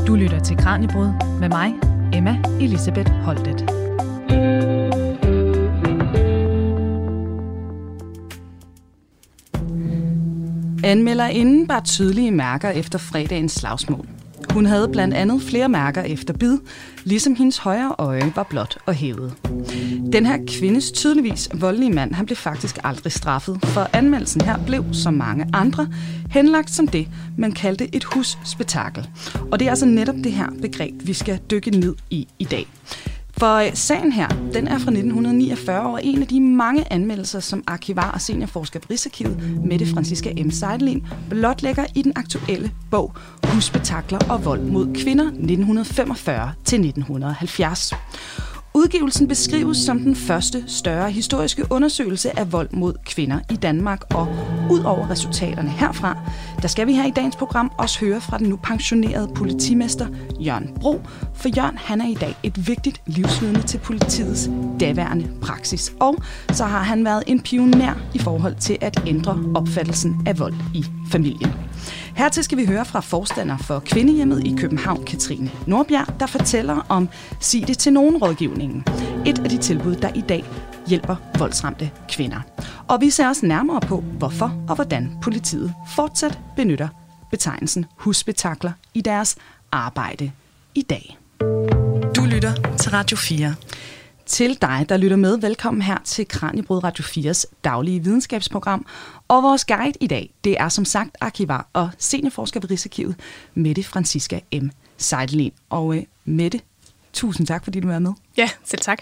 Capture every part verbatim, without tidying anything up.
Du lytter til Kraniebrud med mig, Emma Elisabeth Holtet. Anmelderinden bar tydelige mærker efter fredagens slagsmål. Hun havde blandt andet flere mærker efter bid, ligesom hendes højre øje var blåt og hævet. Den her kvindes tydeligvis voldelige mand, han blev faktisk aldrig straffet, for anmeldelsen her blev, som mange andre, henlagt som det, man kaldte et husspektakel. Og det er altså netop det her begreb, vi skal dykke ned i i dag. For sagen her, den er fra nitten niogfyrre og en af de mange anmeldelser, som arkivar og seniorforsker på Rigsarkivet, Mette Franziska M. Seidelin, blotlægger i den aktuelle bog Husspektakler og vold mod kvinder nitten femogfyrre til nitten halvfjerds. Udgivelsen beskrives som den første større historiske undersøgelse af vold mod kvinder i Danmark, og ud over resultaterne herfra, der skal vi her i dagens program også høre fra den nu pensionerede politimester Jørgen Bro, for Jørgen han er i dag et vigtigt livsvidne til politiets daværende praksis, og så har han været en pioner i forhold til at ændre opfattelsen af vold i familien. Hertil skal vi høre fra forstander for Kvindehjemmet i København, Katrine Nordbjerg, der fortæller om Sig det til nogen rådgivningen. Et af de tilbud, der i dag hjælper voldsramte kvinder. Og vi ser også nærmere på, hvorfor og hvordan politiet fortsat benytter betegnelsen husspektakler i deres arbejde i dag. Du lytter til Radio fire. Til dig, der lytter med, velkommen her til Kraniebrud Radio fires daglige videnskabsprogram. Og vores guide i dag, det er som sagt arkivar og seniorforsker ved Rigsarkivet, Mette Franziska M. Seidelin. Og øh, Mette, tusind tak, fordi du er med. Ja, selv tak.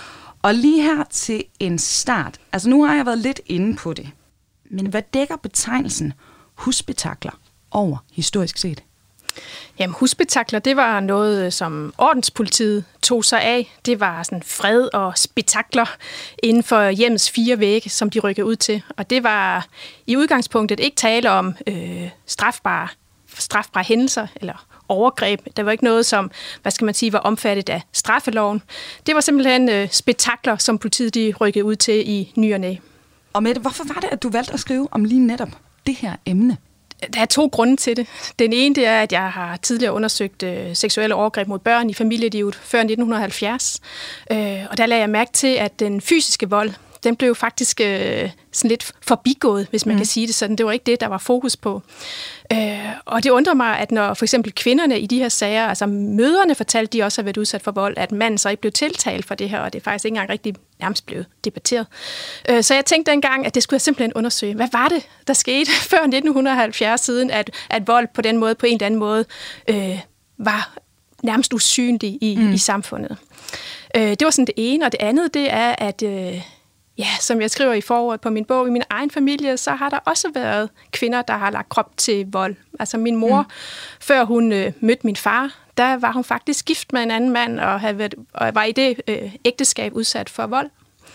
Og lige her til en start, altså nu har jeg været lidt inde på det, men hvad dækker betegnelsen husspektakler over historisk set? Jamen, husspektakler, det var noget, som ordenspolitiet tog sig af. Det var sådan fred og spektakler inden for hjemmets fire vægge, som de rykkede ud til. Og det var i udgangspunktet ikke tale om øh, strafbare, strafbare hændelser eller overgreb. Der var ikke noget, som, hvad skal man sige, var omfattet af straffeloven. Det var simpelthen øh, spektakler, som politiet de rykkede ud til i ny og næ. Og Mette, hvorfor var det, at du valgte at skrive om lige netop det her emne? Der er to grunde til det. Den ene det er, at jeg har tidligere undersøgt øh, seksuelle overgreb mod børn i familielivet før nitten halvfjerds. Øh, og der lagde jeg mærke til, at den fysiske vold, den blev faktisk øh, sådan lidt forbigået, hvis man mm. kan sige det sådan. Det var ikke det, der var fokus på. Øh, og det undrer mig, at når for eksempel kvinderne i de her sager, altså mødrene fortalte, de også har været udsat for vold, at manden så ikke blev tiltalt for det her, og det er faktisk ikke engang rigtig nærmest blevet debatteret. Øh, så jeg tænkte dengang, at det skulle jeg simpelthen undersøge. Hvad var det, der skete før nitten halvfjerds, siden at, at vold på den måde, på en eller anden måde, øh, var nærmest usynlig i, mm. i samfundet. Øh, det var sådan det ene, og det andet, det er, at øh, ja, som jeg skriver i forordet på min bog, i min egen familie, så har der også været kvinder, der har lagt krop til vold. Altså min mor, mm. før hun øh, mødte min far, der var hun faktisk gift med en anden mand, og, havde været, og var i det øh, ægteskab udsat for vold.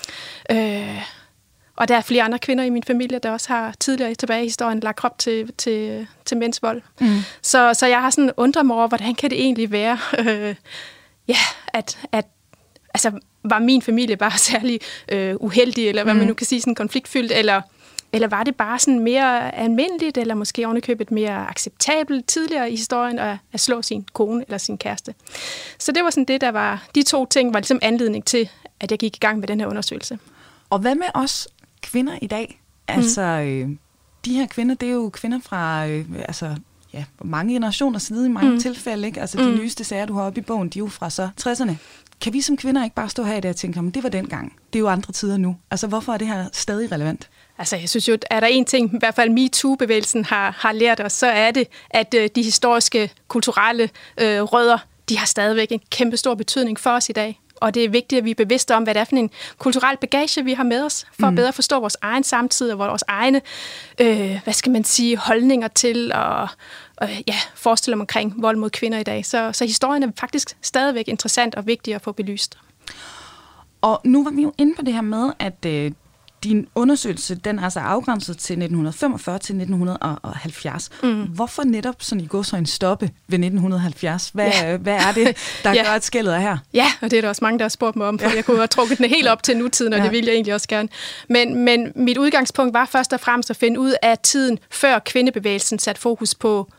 Øh, og der er flere andre kvinder i min familie, der også har tidligere tilbage i historien lagt krop til, til, til mænds vold. Mm. Så, så jeg har sådan undret mig over, hvordan kan det egentlig være, øh, ja, at, at altså, var min familie bare særlig øh, uheldig, eller hvad mm. man nu kan sige, sådan konfliktfyldt, eller, eller var det bare sådan mere almindeligt, eller måske ovenikøbet mere acceptabelt tidligere i historien at, at slå sin kone eller sin kæreste. Så det var sådan det, der var, de to ting var ligesom anledning til, at jeg gik i gang med den her undersøgelse. Og hvad med os kvinder i dag? Altså, øh, de her kvinder, det er jo kvinder fra, øh, altså, ja, mange generationer siden i mange mm. tilfælde, ikke? Altså, de mm. nyeste sager, du har oppe i bogen, de er jo fra så tresserne. Kan vi som kvinder ikke bare stå her i dag og tænke, men det var dengang, det er jo andre tider nu. Altså, hvorfor er det her stadig relevant? Altså, jeg synes jo, er der en ting, i hvert fald MeToo-bevægelsen har, har lært os, så er det, at øh, de historiske, kulturelle øh, rødder, de har stadigvæk en kæmpe stor betydning for os i dag. Og det er vigtigt, at vi er bevidste om, hvad det er for en kulturel bagage, vi har med os, for mm. at bedre forstå vores egen samtid og vores egne, øh, hvad skal man sige, holdninger til og, og ja, forestiller omkring vold mod kvinder i dag. Så, så historien er faktisk stadigvæk interessant og vigtig at få belyst. Og nu var vi jo inde på det her med, at øh, din undersøgelse, den er altså afgrænset til nitten femogfyrre til nitten halvfjerds. Mm. Hvorfor netop sådan i går så en stoppe ved nitten halvfjerds? Hvad, ja. hvad er det, der ja. gør, at skellet er her? Ja, og det er der også mange, der har spurgt mig om, for ja. jeg kunne have trukket den helt op til nutiden, og ja. det ville jeg egentlig også gerne. Men, men mit udgangspunkt var først og fremmest at finde ud af tiden, før kvindebevægelsen satte fokus på,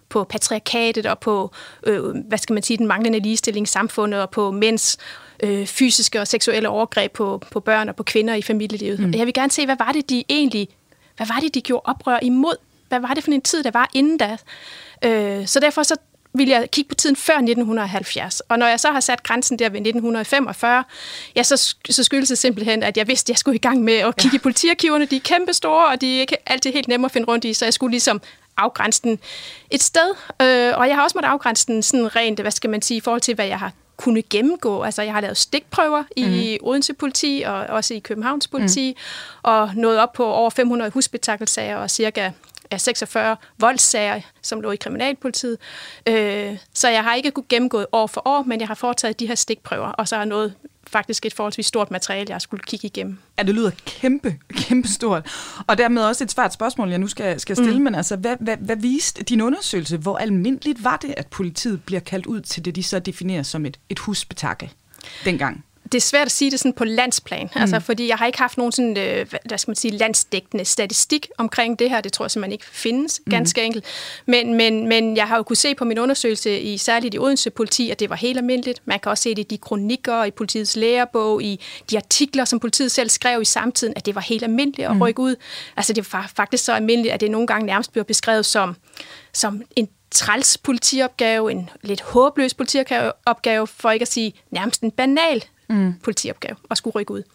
på patriarkatet og på, øh, hvad skal man sige, den manglende ligestilling i samfundet og på mænds øh, fysiske og seksuelle overgreb på, på børn og på kvinder i familielivet. Mm. Jeg vil gerne se, hvad var det, de egentlig, hvad var det, de gjorde oprør imod? Hvad var det for en tid, der var inden da? Øh, så derfor så vil jeg kigge på tiden før nitten halvfjerds. Og når jeg så har sat grænsen der ved nitten femogfyrre, ja, så, så skyldes det simpelthen, at jeg vidste, at jeg skulle i gang med at kigge ja. i politiarkiverne. De er kæmpe store, og de er ikke altid helt nemme at finde rundt i, så jeg skulle ligesom afgrænse den et sted. Øh, og jeg har også måttet afgrænse den sådan rent, hvad skal man sige, i forhold til, hvad jeg har kunnet gennemgå. Altså, jeg har lavet stikprøver i mm. Odense politi og også i Københavns politi, mm. og nået op på over fem hundrede husspektakelsager og cirka ja, seksogfyrre voldssager, som lå i kriminalpolitiet. Øh, så jeg har ikke kunnet gennemgå år for år, men jeg har foretaget de her stikprøver, og så er noget faktisk et forholdsvis stort materiale, jeg skulle kigge igennem. Ja, det lyder kæmpe, kæmpe stort. Og dermed også et svært spørgsmål, jeg nu skal, skal stille, mm. men altså, hvad, hvad, hvad viste din undersøgelse? Hvor almindeligt var det, at politiet bliver kaldt ud til det, de så definerer som et, et husspektakel dengang? Det er svært at sige det sådan på landsplan, mm. altså, fordi jeg har ikke haft nogen sådan, øh, hvad skal man sige, landsdækkende statistik omkring det her. Det tror jeg simpelthen ikke findes, ganske mm. enkelt. Men, men, men jeg har jo kunne se på min undersøgelse, i særligt i Odense politi, at det var helt almindeligt. Man kan også se det i de kronikker, i politiets lærebog, i de artikler, som politiet selv skrev i samtiden, at det var helt almindeligt at mm. rykke ud. Altså det var faktisk så almindeligt, at det nogle gange nærmest bliver beskrevet som, som en træls politiopgave, en lidt håbløs politiopgave, for ikke at sige nærmest en banal Mm. politiopgave og skulle rykke ud.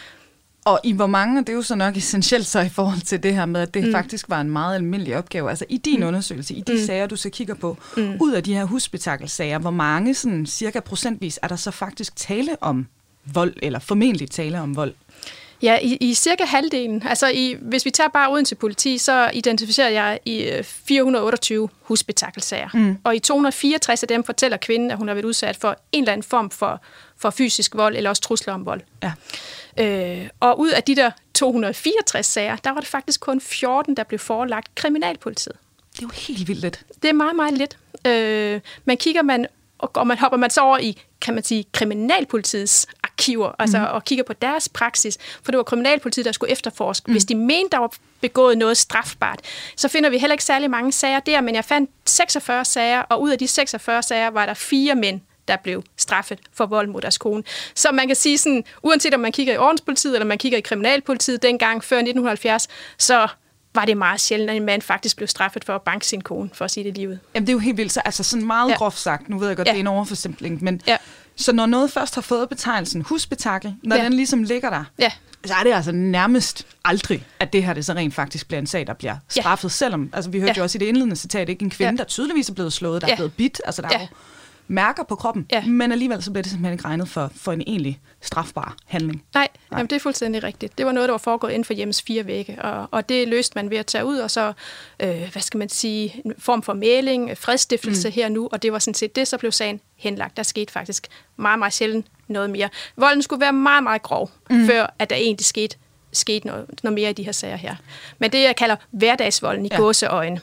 Og i hvor mange, det er jo så nok essentielt så i forhold til det her med, at det mm. faktisk var en meget almindelig opgave. Altså i din mm. undersøgelse, i de mm. sager, du så kigger på, mm. ud af de her husspektakelsager, hvor mange sådan cirka procentvis er der så faktisk tale om vold, eller formentlig tale om vold? Ja, i, i cirka halvdelen. Altså i, hvis vi tager bare Odense politi, så identificerer jeg i fire hundrede og otteogtyve husspektakelsager. Mm. Og i to hundrede og fireogtres af dem fortæller kvinden, at hun har været udsat for en eller anden form for, for fysisk vold, eller også trusler om vold. Ja. Øh, og ud af de der to hundrede og fireogtres sager, der var det faktisk kun fjorten, der blev forelagt kriminalpolitiet. Det er jo helt vildt lidt. Det er meget, meget lidt. Øh, man kigger man, og man hopper man så over i, kan man sige, kriminalpolitiets arkiver, altså, mm. og kigger på deres praksis, for det var kriminalpolitiet, der skulle efterforske. Mm. Hvis de mente, der var begået noget strafbart, så finder vi heller ikke særlig mange sager der, men jeg fandt seksogfyrre sager, og ud af de seksogfyrre sager var der fire mænd, der blev straffet for vold mod deres kone. Så man kan sige sådan, uanset om man kigger i ordenspolitiet, eller man kigger i kriminalpolitiet dengang før nitten halvfjerds, så var det meget sjældent, at en mand faktisk blev straffet for at banke sin kone, for at sige det livet. Jamen det er jo helt vildt, så altså sådan meget ja. groft sagt, nu ved jeg godt, ja. det er en overforsimpling, men ja. så når noget først har fået betegnelsen husspektakel, når ja. den ligesom ligger der, ja. så er det altså nærmest aldrig, at det her det så rent faktisk bliver en sag, der bliver straffet, ja. selvom, altså vi hørte ja. jo også i det indledende citat, ikke en kvinde, ja. der tydeligvis er blevet slået, der ja. er blevet bidt, altså der ja. er jo mærker på kroppen, ja. men alligevel så bliver det simpelthen ikke regnet for, for en egentlig strafbar handling. Nej, Nej. Jamen, det er fuldstændig rigtigt. Det var noget, der var foregået inden for hjemmes fire vægge, og, og det løste man ved at tage ud, og så, øh, hvad skal man sige, en form for mægling, fredsstiftelse mm. her nu, og det var sådan set det, så blev sagen henlagt. Der skete faktisk meget, meget sjældent noget mere. Volden skulle være meget, meget grov, mm. før at der egentlig skete, skete noget, noget mere i de her sager her. Men det, jeg kalder hverdagsvolden i ja. gåseøjne,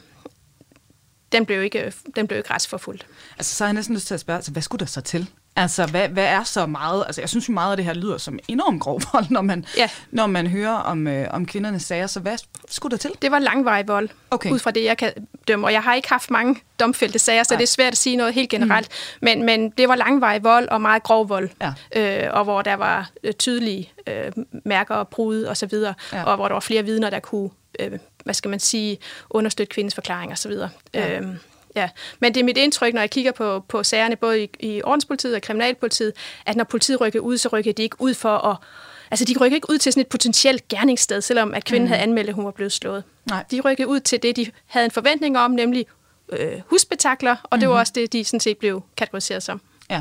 den blev ikke, den blev ikke retsforfulgt. Altså, så er jeg næsten lyst til at spørge, altså, hvad skulle der så til? Altså, hvad, hvad er så meget? Altså, jeg synes jo meget af det her lyder som enormt grov vold, når man, ja. når man hører om, øh, om kvindernes sager. Så hvad skulle der til? Det var langvarig vold, okay. ud fra det, jeg kan dømme. Og jeg har ikke haft mange domfældte sager, så Ej. det er svært at sige noget helt generelt. Mm. Men, men det var langvarig vold og meget grov vold. Ja. Øh, og hvor der var øh, tydelige øh, mærker og brud og så videre. Ja. Og hvor der var flere vidner, der kunne øh, hvad skal man sige, understøtte kvindens forklaring og så videre. Ja. Øhm, ja. Men det er mit indtryk, når jeg kigger på, på sagerne, både i, i ordenspolitiet og kriminalpolitiet, at når politiet rykker ud, så rykker de ikke ud for at... Altså, de rykker ikke ud til sådan et potentielt gerningssted, selvom at kvinden mm. havde anmeldt, at hun var blevet slået. Nej. De rykker ud til det, de havde en forventning om, nemlig øh, husspektakler, og det mm-hmm. var også det, de sådan set blev kategoriseret som. Ja.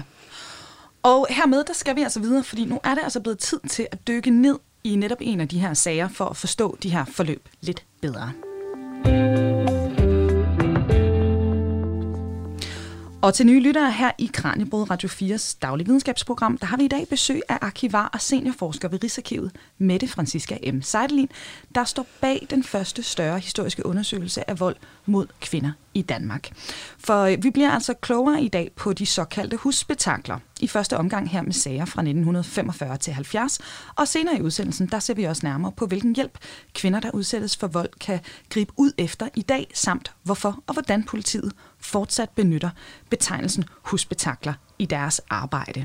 Og hermed, der skal vi altså videre, fordi nu er det altså blevet tid til at dykke ned i netop en af de her sager, for at forstå de her forløb lidt bedre. Og til nye lyttere her i Kraniebrud Radio fires daglige videnskabsprogram, der har vi i dag besøg af arkivar og seniorforsker ved Rigsarkivet, Mette Franziska M. Seidelin, der står bag den første større historiske undersøgelse af vold mod kvinder i Danmark. For vi bliver altså klogere i dag på de såkaldte husspektakler. I første omgang her med sager fra nitten femogfyrre til halvfjerds, og senere i udsendelsen, der ser vi også nærmere på, hvilken hjælp kvinder, der udsættes for vold, kan gribe ud efter i dag, samt hvorfor og hvordan politiet fortsat benytter betegnelsen husspektakler i deres arbejde.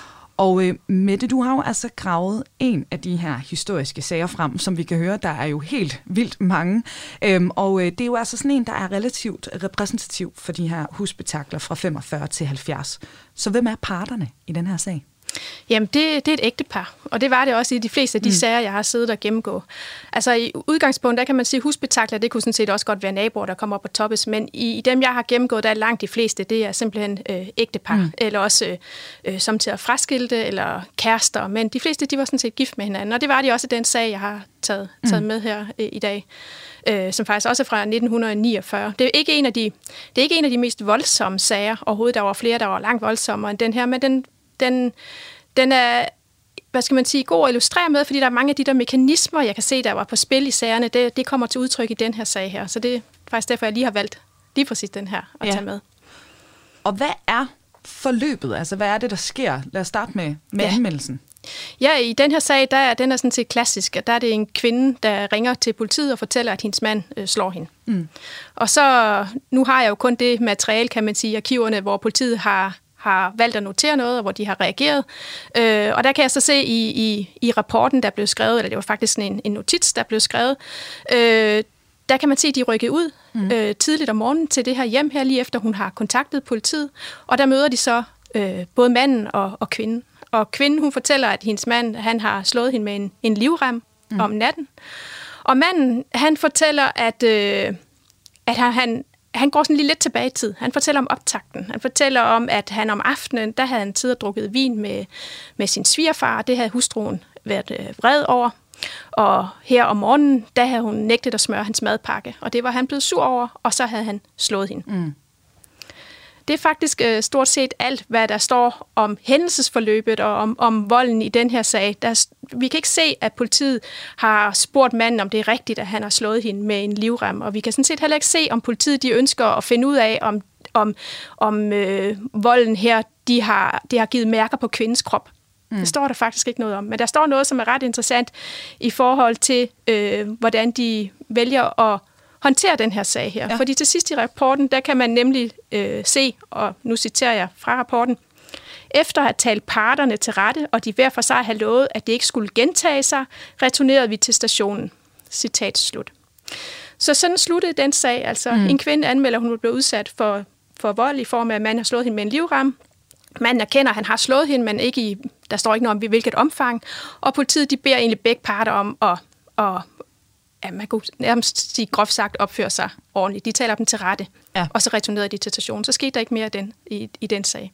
Og øh, Mette, du har jo altså gravet en af de her historiske sager frem, som vi kan høre, der er jo helt vildt mange. Øhm, og øh, det er jo altså sådan en, der er relativt repræsentativ for de her husspektakler fra femogfyrre til halvfjerds. Så hvem er parterne i den her sag? Jamen, det, det er et ægtepar, og det var det også i de fleste af de mm. sager, jeg har siddet og gennemgået. Altså i udgangspunktet, der kan man sige, at husspektakler, det kunne sådan set også godt være naboer, der kommer op og toppes, men i, i dem, jeg har gennemgået, der er langt de fleste, det er simpelthen øh, ægtepar, mm. eller også øh, samtidig fraskilte, eller kærester, men de fleste, de var sådan set gift med hinanden, og det var de også i den sag, jeg har taget, taget mm. med her øh, i dag. Øh, som faktisk også er fra nitten niogfyrre. Det er ikke en af de, det er ikke en af de mest voldsomme sager overhovedet. Der var flere, der var langt voldsommere end den her, men den Den, den er, hvad skal man sige, god at illustrere med, fordi der er mange af de der mekanismer, jeg kan se, der var på spil i sagerne, det, det kommer til udtryk i den her sag her. Så det er faktisk derfor, jeg lige har valgt lige præcis den her at ja. tage med. Og hvad er forløbet? Altså, hvad er det, der sker? Lad os starte med, med ja. anmeldelsen. Ja, i den her sag, der er den er sådan set klassisk. Der er det en kvinde, der ringer til politiet og fortæller, at hendes mand øh, slår hende. Mm. Og så, nu har jeg jo kun det materiale, kan man sige, i arkiverne, hvor politiet har har valgt at notere noget, og hvor de har reageret. Øh, og der kan jeg så se i, i, i rapporten, der blev skrevet, eller det var faktisk sådan en, en notits, der blev skrevet, øh, der kan man se, at de rykkede ud mm. øh, tidligt om morgenen til det her hjem her, lige efter hun har kontaktet politiet. Og der møder de så øh, både manden og, og kvinden. Og kvinden, hun fortæller, at hendes mand, han har slået hende med en, en livrem mm. om natten. Og manden, han fortæller, at, øh, at han... han Han går sådan lige lidt tilbage i tid. Han fortæller om optakten. Han fortæller om, at han om aftenen, der havde han tid og drukket vin med, med sin svigerfar. Det havde hustruen været øh, vred over. Og her om morgenen, der havde hun nægtet at smøre hans madpakke. Og det var han blevet sur over, og så havde han slået hende. Mm. Det er faktisk øh, stort set alt, hvad der står om hændelsesforløbet og om, om volden i den her sag. Der, vi kan ikke se, at politiet har spurgt manden, om det er rigtigt, at han har slået hende med en livrem. Og vi kan sådan set heller ikke se, om politiet de ønsker at finde ud af, om, om, om øh, volden her de har, de har givet mærker på kvindens krop. Mm. Det står der faktisk ikke noget om. Men der står noget, som er ret interessant i forhold til, øh, hvordan de vælger at håndtere den her sag her. Ja. Fordi til sidst i rapporten, der kan man nemlig øh, se, og nu citerer jeg fra rapporten, efter at have talt parterne til rette, og de hver for sig have lovet, at det ikke skulle gentage sig, returnerede vi til stationen. Citat slut. Så sådan sluttede den sag. Altså mm. en kvinde anmelder, hun blev udsat for, for vold i form af, at manden har slået hende med en livrem. Manden erkender, at han har slået hende, men ikke i, der står ikke noget om, hvilket omfang. Og politiet de beder egentlig begge parter om at, at ja, man kunne nærmest sige groft sagt opføre sig ordentligt. De taler dem til rette, ja. og så returnerede de til stationen. Så skete der ikke mere den, i, i den sag.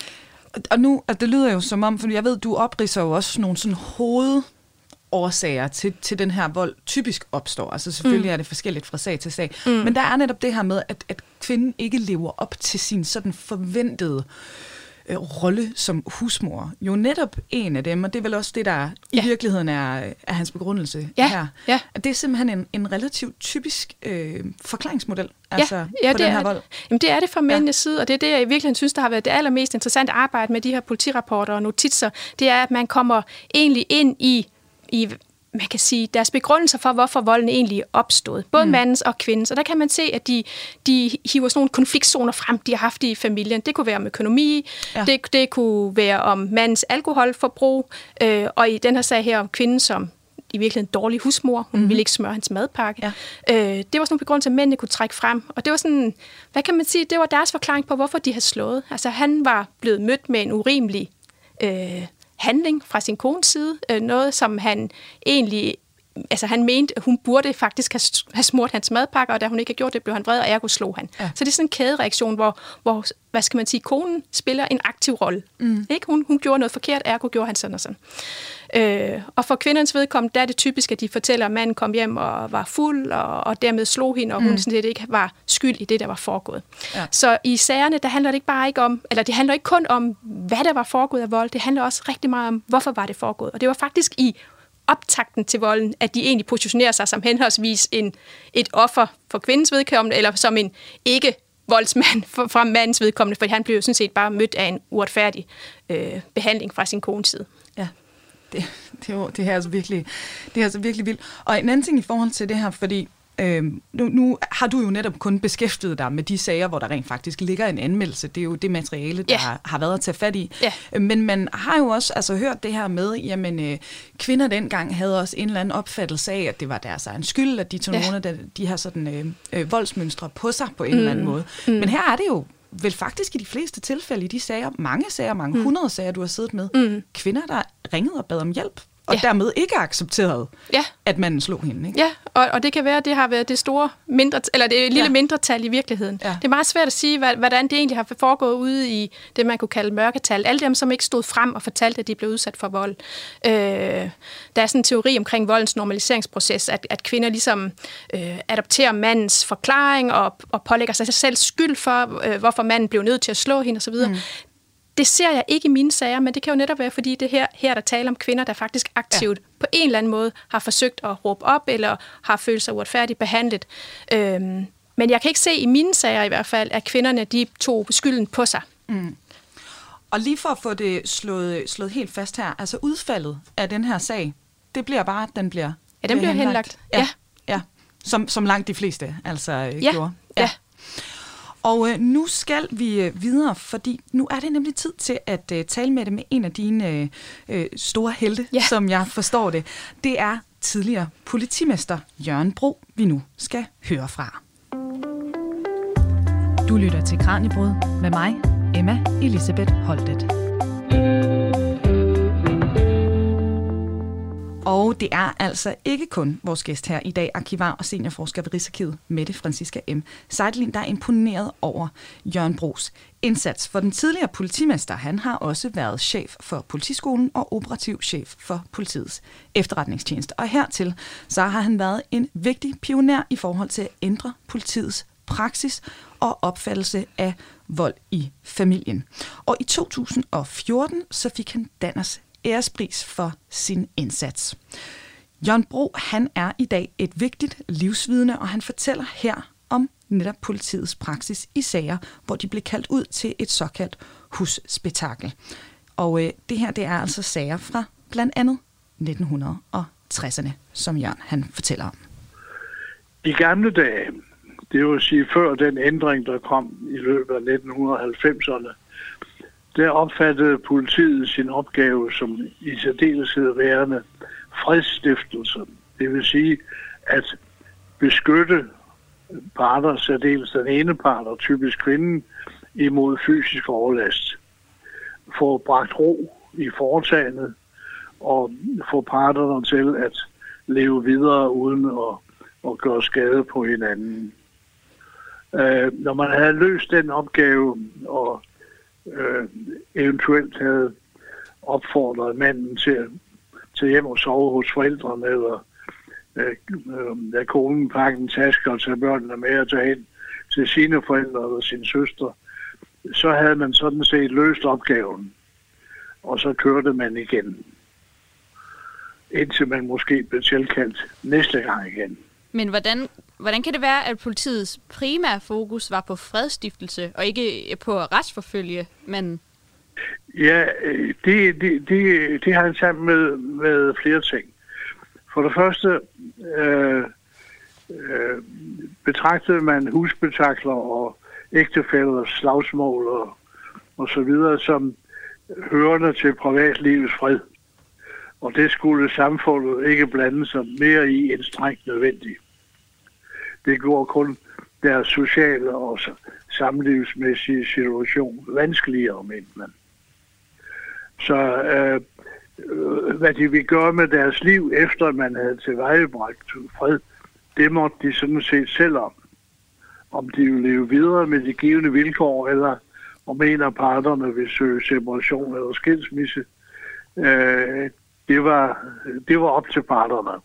Og nu, altså det lyder jo som om, for jeg ved, du opridser jo også nogle sådan hovedårsager til, til den her vold typisk opstår. Altså selvfølgelig mm. er det forskelligt fra sag til sag. Mm. Men der er netop det her med, at, at kvinden ikke lever op til sin sådan forventede øh, rolle som husmor. Jo netop en af dem, og det er vel også det, der ja. i virkeligheden er, er hans begrundelse ja. her. Ja. At det er simpelthen en, en relativt typisk øh, forklaringsmodel altså, ja. Ja, på det den her er, vold. Jamen det er det fra mændenes ja. side, og det er det, jeg i virkeligheden synes, der har været det allermest interessante arbejde med de her politirapporter og notitser. Det er, at man kommer egentlig ind i, i man kan sige, deres begrundelser for, hvorfor volden egentlig opstod. Både mm. mandens og kvindens. Og der kan man se, at de, de hiver sådan nogle konfliktzoner frem, de har haft i familien. Det kunne være om økonomi, ja. det, det kunne være om mandens alkoholforbrug, øh, og i den her sag her om kvinden som i virkeligheden en dårlig husmor. Hun mm. ville ikke smøre hans madpakke. Ja. Øh, det var sådan nogle begrundelser, mændene kunne trække frem. Og det var sådan, hvad kan man sige, det var deres forklaring på, hvorfor de havde slået. Altså han var blevet mødt med en urimelig øh, handling fra sin kones side. Øh, noget, som han egentlig, altså han mente, at hun burde faktisk have, have smurt hans madpakker, og da hun ikke havde gjort det, blev han vred, og ergo slog han. Ja. Så det er sådan en kædereaktion, hvor, hvor, hvad skal man sige, konen spiller en aktiv rolle. Mm. Ikke? Hun, hun gjorde noget forkert, ergo gjorde han sådan og sådan. Øh, og for kvindernes vedkommende, der er det typisk, at de fortæller, at manden kom hjem og var fuld, og, og dermed slog hende, og hun mm. sådan set ikke var skyld i det, der var foregået. Ja. Så i sagerne, der handler det ikke bare ikke om, eller det handler ikke kun om, hvad der var foregået af vold, det handler også rigtig meget om, hvorfor var det foregået. Og det var faktisk i optakten til volden, at de egentlig positionerer sig som henholdsvis en, et offer for kvindens vedkommende, eller som en ikke voldsmand fra mandens vedkommende, for han blev jo sådan set bare mødt af en uretfærdig øh, behandling fra sin kones side. Ja, det, det, er jo, det er altså virkelig, det er altså virkelig vildt. Og en anden ting i forhold til det her, fordi øh, nu, nu har du jo netop kun beskæftiget dig med de sager, hvor der rent faktisk ligger en anmeldelse. Det er jo det materiale, der ja. har været at tage fat i. Ja. Men man har jo også altså, hørt det her med, jamen øh, kvinder dengang havde også en eller anden opfattelse af, at det var deres egen skyld, at de tog ja. nogle af de, de her sådan, øh, øh, voldsmønstre på sig på en mm. eller anden måde. Mm. Men her er det jo vel faktisk i de fleste tilfælde i de sager, mange sager, mange mm. hundrede sager, du har siddet med, mm. kvinder, der ringede og bad om hjælp, og ja. dermed ikke accepterede, ja. at manden slog hende. Ikke? Ja, og, og det kan være, at det har været det store mindre, eller det lille ja. mindretal i virkeligheden. Ja. Det er meget svært at sige, hvad, hvordan det egentlig har foregået ude i det, man kunne kalde mørketal. Alle dem, som ikke stod frem og fortalte, at de blev udsat for vold. Øh, der er sådan en teori omkring voldens normaliseringsproces, at, at kvinder ligesom øh, adopterer mandens forklaring og, og pålægger sig selv skyld for, øh, hvorfor manden blev nødt til at slå hende osv. Mm. Det ser jeg ikke i mine sager, men det kan jo netop være, fordi det her, her der taler om kvinder, der faktisk aktivt ja. på en eller anden måde har forsøgt at råbe op, eller har følt sig uretfærdigt behandlet. Øhm, men jeg kan ikke se i mine sager i hvert fald, at kvinderne de tog skylden på sig. Mm. Og lige for at få det slået, slået helt fast her, altså udfaldet af den her sag, det bliver bare, at den bliver Ja, den bliver henlagt. Ja, ja. ja. Som, som langt de fleste altså ja. gjorde. Ja, ja. Og øh, nu skal vi øh, videre, fordi nu er det nemlig tid til at øh, tale med det med en af dine øh, store helte, ja. som jeg forstår det. Det er tidligere politimester Jørgen Bro, vi nu skal høre fra. Du lytter til Kraniebrud med mig, Emma Elisabeth Holtet. Og det er altså ikke kun vores gæst her i dag, arkivar og seniorforsker ved Rigsarkivet, Mette Franziska M. Seidelin, der er imponeret over Jørgen Bros indsats. For den tidligere politimester, han har også været chef for politiskolen og operativ chef for politiets efterretningstjeneste. Og hertil så har han været en vigtig pioner i forhold til at ændre politiets praksis og opfattelse af vold i familien. Og i to tusind og fjorten så fik han Danners ærespris for sin indsats. Jørgen Bro, han er i dag et vigtigt livsvidne, og han fortæller her om netop politiets praksis i sager, hvor de blev kaldt ud til et såkaldt husspektakel. Og øh, det her, det er altså sager fra blandt andet nitten tresserne, som Jørgen han fortæller om. I gamle dage, det vil sige før den ændring, der kom i løbet af nitten halvfemserne, der opfattede politiet sin opgave som i særdeleshed værende fredsstiftelse. Det vil sige at beskytte parter, særdeles den ene part, og typisk kvinden, imod fysisk overlast. Få bragt ro i foretagendet og få parterne til at leve videre uden at, at gøre skade på hinanden. Øh, når man havde løst den opgave og øh, eventuelt havde opfordret manden til at tage hjem og sove hos forældrene, eller øh, øh, lade konen pakke en taske og tage børnene med og tage hen til sine forældre eller sin søster, så havde man sådan set løst opgaven, og så kørte man igen, indtil man måske blev tilkaldt næste gang igen. Men hvordan, hvordan kan det være, at politiets primære fokus var på fredsstiftelse og ikke på at retsforfølge manden? Ja, det, det, det, det har sammen med, med flere ting. For det første øh, øh, betragtede man husspektakler og ægtefællers slagsmål og, og så videre som hørende til privatlivets fred. Og det skulle samfundet ikke blande sig mere i end strengt nødvendigt. Det gjorde kun deres sociale og samlivsmæssige situation vanskeligere, mente man. Så øh, hvad de ville gøre med deres liv, efter man havde tilvejebragt fred, det måtte de sådan set selv om. Om de ville leve videre med de givne vilkår, eller om en af parterne vil søge separation eller skilsmisse, øh, det, var, det var op til parterne.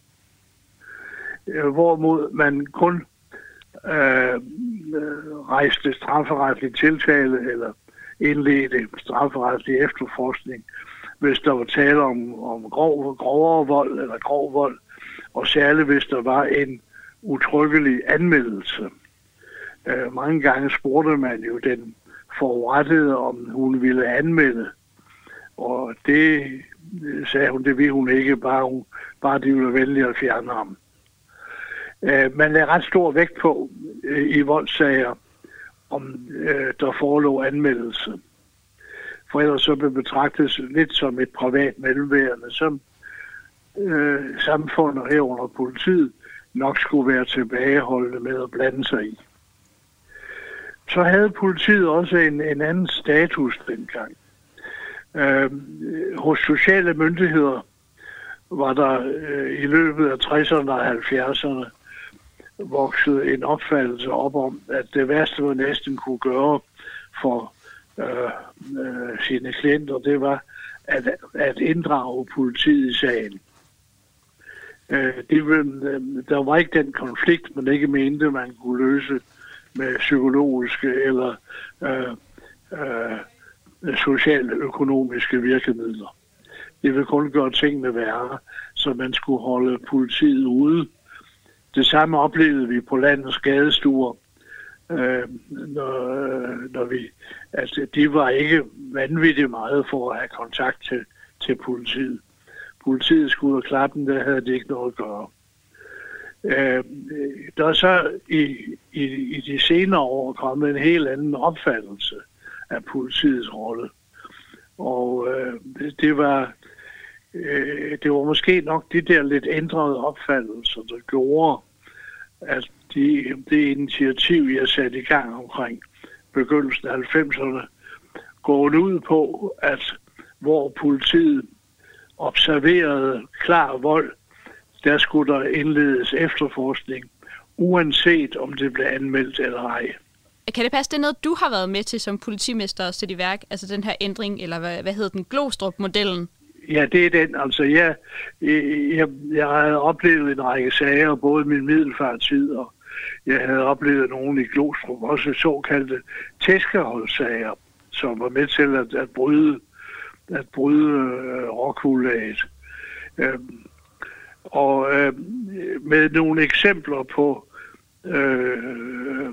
Hvorimod man kun øh, rejste strafferetlig tiltale eller indledte strafferetlig efterforskning, hvis der var tale om, om grov, grovere vold eller grov vold, og særligt hvis der var en utryggelig anmeldelse. Øh, mange gange spurgte man jo den forurettede, om hun ville anmelde, og det sagde hun, det ville hun ikke, bare, hun, bare de ville vælge at fjerne ham. Øh, man lagde ret stor vægt på øh, i voldssager, om øh, der forelå anmeldelse. For ellers så blev betragtes lidt som et privat mellemværende, som øh, samfundet herunder politiet nok skulle være tilbageholdende med at blande sig i. Så havde politiet også en, en anden status dengang. Øh, hos sociale myndigheder var der øh, i løbet af tresserne og halvfjerdserne vokset en opfattelse op om, at det værste, man næsten kunne gøre for øh, øh, sine klienter, det var at, at inddrage politiet i sagen. Øh, det, øh, der var ikke den konflikt, man ikke mente, man kunne løse med psykologiske eller øh, øh, socialøkonomiske virkemidler. Det ville kun gøre tingene værre, så man skulle holde politiet ude. Det samme oplevede vi på landets gadestuer, øh, når, når vi, altså, de var ikke vanvittigt meget for at have kontakt til, til politiet. Politiet skulle af klappen, der havde det ikke noget at gøre. Øh, der er så i, i, i de senere år kommet en helt anden opfattelse af politiets rolle. Og øh, det, det var øh, det var måske nok de der lidt ændrede opfattelser, der gjorde, at de, det initiativ, jeg satte i gang omkring begyndelsen af halvfemserne, går ud på, at hvor politiet observerede klar vold, der skulle der indledes efterforskning, uanset om det blev anmeldt eller ej. Kan det passe, det er noget, du har været med til som politimester at sætte i værk? Altså den her ændring, eller hvad, hvad hedder den, Glostrup-modellen? Ja, det er den. Altså, jeg, jeg, jeg havde oplevet en række sager, både i min middelfartid, og jeg havde oplevet nogle i Glostrup, også såkaldte tæskeholdssager, som var med til at, at bryde, at bryde øh, rockhullaget. Øhm, og øh, med nogle eksempler på øh, øh,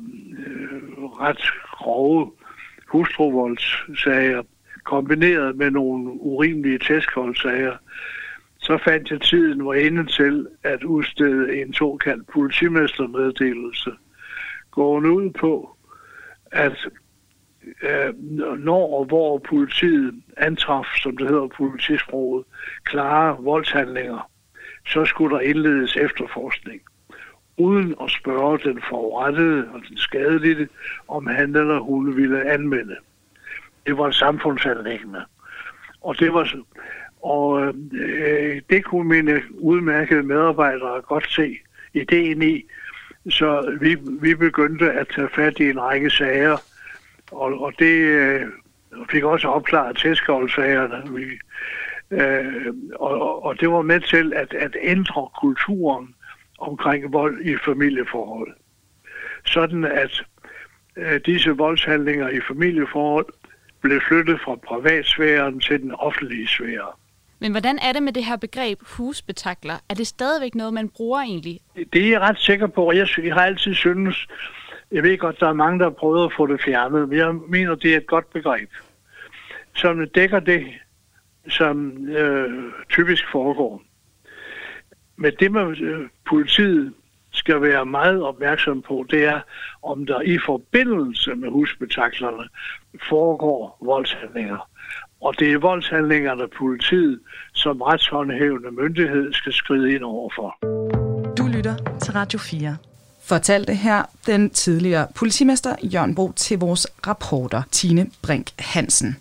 ret grove hustruvoldssager, kombineret med nogle urimelige tæskeholdssager, så fandt jeg tiden var inde til at udstede en såkaldt politimestermeddelelse, gående ud på, at øh, når og hvor politiet antraf, som det hedder politisproget, klare voldshandlinger, så skulle der indledes efterforskning, uden at spørge den forurettede og den skadelidte, om han eller hun ville anmelde. Det var samfundsanliggende. Og det var og øh, det kunne mine udmærkede medarbejdere godt se ideen i. Så vi, vi begyndte at tage fat i en række sager, og, og det øh, fik også opklaret tæskeholdssagerne. Vi, øh, og, og det var med til at, at ændre kulturen omkring vold i familieforhold. Sådan at øh, disse voldshandlinger i familieforhold blev flyttet fra privatsfæren til den offentlige sfære. Men hvordan er det med det her begreb husbetakler? Er det stadigvæk noget, man bruger egentlig? Det er jeg ret sikker på, og jeg, jeg har altid syntes, jeg ved godt, der er mange, der har prøvet at få det fjernet, men jeg mener, det er et godt begreb, som dækker det, som øh, typisk foregår. Men det med øh, politiet skal være meget opmærksom på, det er, om der i forbindelse med husbetaklerne foregår voldshandlinger. Og det er voldshandlingerne, politiet som retshåndhævende myndighed skal skride ind overfor. Du lytter til Radio fire. Fortalte her den tidligere politimester Jørgen Bro til vores rapporter Tine Brink Hansen.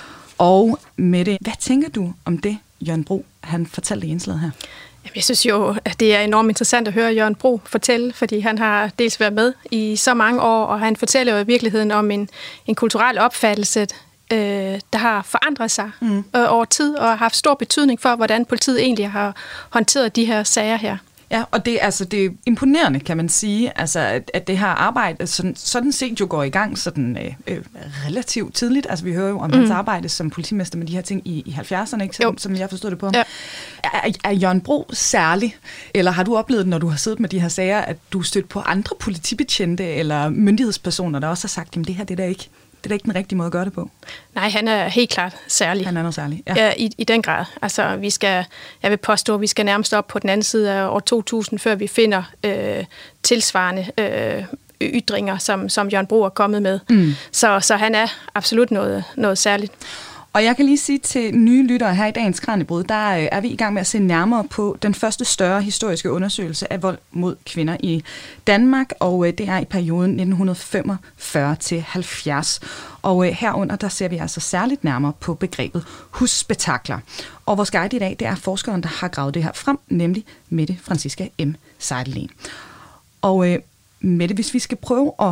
Og Mette, hvad tænker du om det, Jørgen Bro han fortalte i indslaget her? Jeg synes jo, at det er enormt interessant at høre Jørgen Bro fortælle, fordi han har dels været med i så mange år, og han fortæller jo i virkeligheden om en, en kulturel opfattelse, øh, der har forandret sig mm. øh, over tid, og har haft stor betydning for, hvordan politiet egentlig har håndteret de her sager her. Ja, og det, altså, det er imponerende, kan man sige, altså, at, at det her arbejde sådan, sådan set jo går i gang sådan, øh, øh, relativt tidligt. Altså, vi hører jo om mm. hans arbejde som politimester med de her ting i, i halvfjerdserne, ikke? Som, som jeg forstod det på. Ja. Er, er Jørgen Bro særlig, eller har du oplevet, når du har siddet med de her sager, at du er stødt på andre politibetjente eller myndighedspersoner, der også har sagt, at det her det er da ikke, det er da ikke den rigtige måde at gøre det på? Nej, han er helt klart særlig. Han er noget særlig, ja. Ja, i, i den grad. Altså, vi skal, jeg vil påstå, at vi skal nærmest op på den anden side af år to tusind, før vi finder øh, tilsvarende øh, ytringer, som, som Jørgen Bro er kommet med. Mm. Så, så han er absolut noget, noget særligt. Og jeg kan lige sige til nye lyttere her i dagens Kraniebrud, der er vi i gang med at se nærmere på den første større historiske undersøgelse af vold mod kvinder i Danmark, og det er i perioden nitten femogfyrre til halvfjerds. Og herunder, der ser vi altså særligt nærmere på begrebet husspektakler. Og vores guide i dag, det er forskeren, der har gravet det her frem, nemlig Mette Franziska M. Seidelin. Og Mette, hvis vi skal prøve at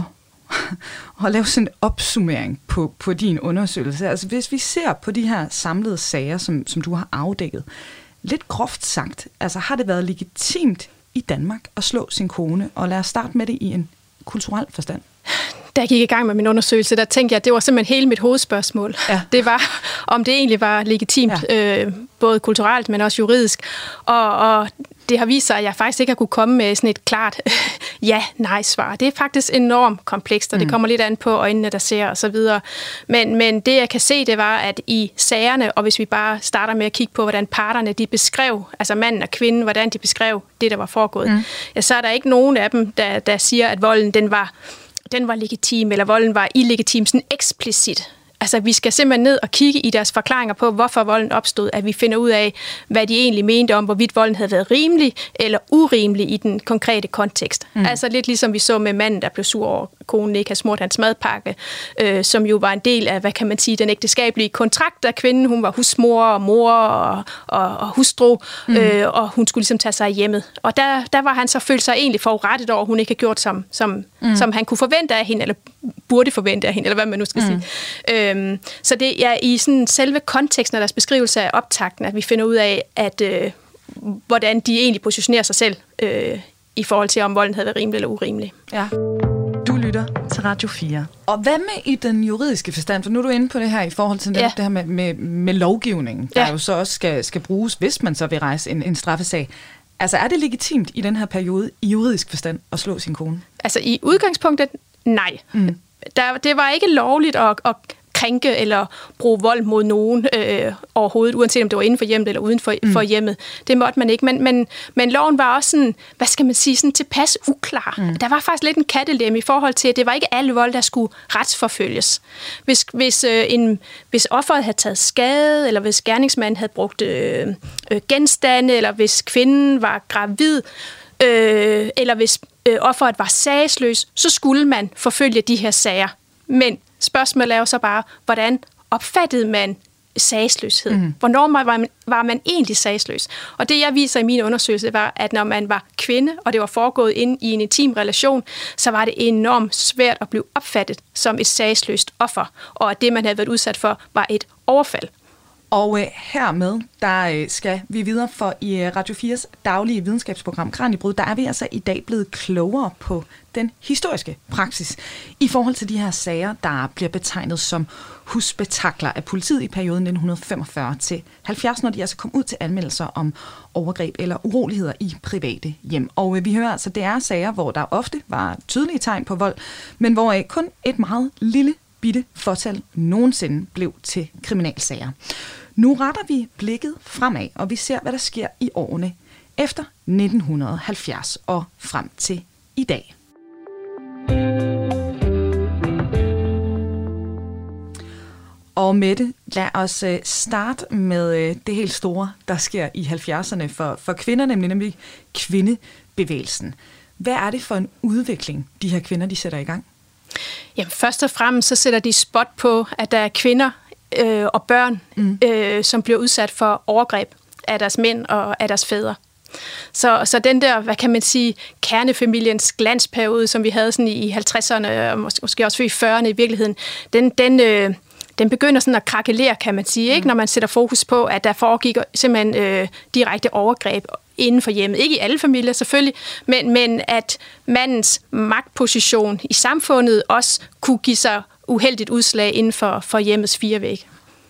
og lave sådan en opsummering på, på din undersøgelse. Altså hvis vi ser på de her samlede sager, som, som du har afdækket, lidt groft sagt, altså har det været legitimt i Danmark at slå sin kone? Og lad os starte med det i en kulturel forstand. Da jeg gik i gang med min undersøgelse, der tænkte jeg, at det var simpelthen hele mit hovedspørgsmål. Ja. Det var, om det egentlig var legitimt, ja. øh, både kulturelt, men også juridisk. Og, og det har vist sig, at jeg faktisk ikke har kunne komme med sådan et klart ja-nej-svar. Det er faktisk enormt komplekst, og det kommer lidt an på øjnene, der ser og så videre. Men, men det, jeg kan se, det var, at i sagerne, og hvis vi bare starter med at kigge på, hvordan parterne de beskrev, altså manden og kvinden, hvordan de beskrev det, der var foregået, mm. ja, så er der ikke nogen af dem, der, der siger, at volden den var, den var legitim, eller volden var illegitim, sådan eksplicit. Altså, vi skal simpelthen ned og kigge i deres forklaringer på, hvorfor volden opstod, at vi finder ud af, hvad de egentlig mente om, hvorvidt volden havde været rimelig eller urimelig i den konkrete kontekst. Mm. Altså lidt ligesom vi så med manden, der blev sur over, konen ikke havde smurt hans madpakke, øh, som jo var en del af, hvad kan man sige, den ægteskabelige kontrakt af kvinden. Hun var husmor og mor og, og, og hustru, mm. øh, og hun skulle ligesom tage sig af hjemmet. Og der, der var han så følt sig egentlig forurettet over, at hun ikke havde gjort, som, som, mm. som han kunne forvente af hende, eller burde forvente af hende, eller hvad man nu skal mm. sige. Øh, Så det er i sådan selve konteksten af deres beskrivelse af optakten, at vi finder ud af, at øh, hvordan de egentlig positionerer sig selv øh, i forhold til, om volden havde været rimelig eller urimelig. Ja. Du lytter til Radio fire. Og hvad med i den juridiske forstand? For nu er du inde på det her i forhold til ja. det her med, med, med lovgivningen, der ja. jo så også skal, skal bruges, hvis man så vil rejse en, en straffesag. Altså er det legitimt i den her periode i juridisk forstand at slå sin kone? Altså i udgangspunktet, nej. Mm. Der, det var ikke lovligt at, at krænke eller bruge vold mod nogen øh, overhovedet, uanset om det var inden for hjemmet eller uden for, mm. for hjemmet. Det måtte man ikke. Men, men, men loven var også sådan, hvad skal man sige, sådan tilpas uklar. Mm. Der var faktisk lidt en kattelem i forhold til, at det var ikke alle vold, der skulle retsforfølges. Hvis, hvis, øh, en, hvis offeret havde taget skade, eller hvis gerningsmanden havde brugt øh, øh, genstande, eller hvis kvinden var gravid, øh, eller hvis øh, offeret var sagsløs, så skulle man forfølge de her sager. Men spørgsmålet er jo så bare, hvordan opfattede man sagsløshed? Mm. Hvornår var man, var man egentlig sagsløs? Og det, jeg viser i min undersøgelse, var, at når man var kvinde, og det var foregået ind i en intim relation, så var det enormt svært at blive opfattet som et sagsløst offer, og at det, man havde været udsat for, var et overfald. Og øh, hermed, der øh, skal vi videre, for i øh, Radio fires daglige videnskabsprogram Kraniebrud, der er vi altså i dag blevet klogere på den historiske praksis i forhold til de her sager, der bliver betegnet som husspektakler af politiet i perioden nitten femogfyrre til halvfjerds, når de altså kom ud til anmeldelser om overgreb eller uroligheder i private hjem. Og øh, vi hører altså, det er sager, hvor der ofte var tydelige tegn på vold, men hvor øh, kun et meget lille bitte fortal nogensinde blev til kriminalsager. Nu retter vi blikket fremad, og vi ser, hvad der sker i årene efter nitten halvfjerds og frem til i dag. Og Mette, lad os starte med det helt store, der sker i halvfjerdserne for, for kvinder, nemlig, nemlig kvindebevægelsen. Hvad er det for en udvikling, de her kvinder de sætter i gang? Jamen, først og fremmest så sætter de spot på, at der er kvinder øh, og børn, mm. øh, som bliver udsat for overgreb af deres mænd og af deres fædre. Så, så den der, hvad kan man sige, kernefamiliens glansperiode, som vi havde sådan i halvtredserne og måske også i fyrrerne i virkeligheden, den, den, øh, den begynder sådan at krakelere, kan man sige, ikke? Mm. Når man sætter fokus på, at der foregik simpelthen øh, direkte overgreb inden for hjemmet. Ikke i alle familier selvfølgelig, men, men at mandens magtposition i samfundet også kunne give sig uheldigt udslag inden for, for hjemmets fire vægge.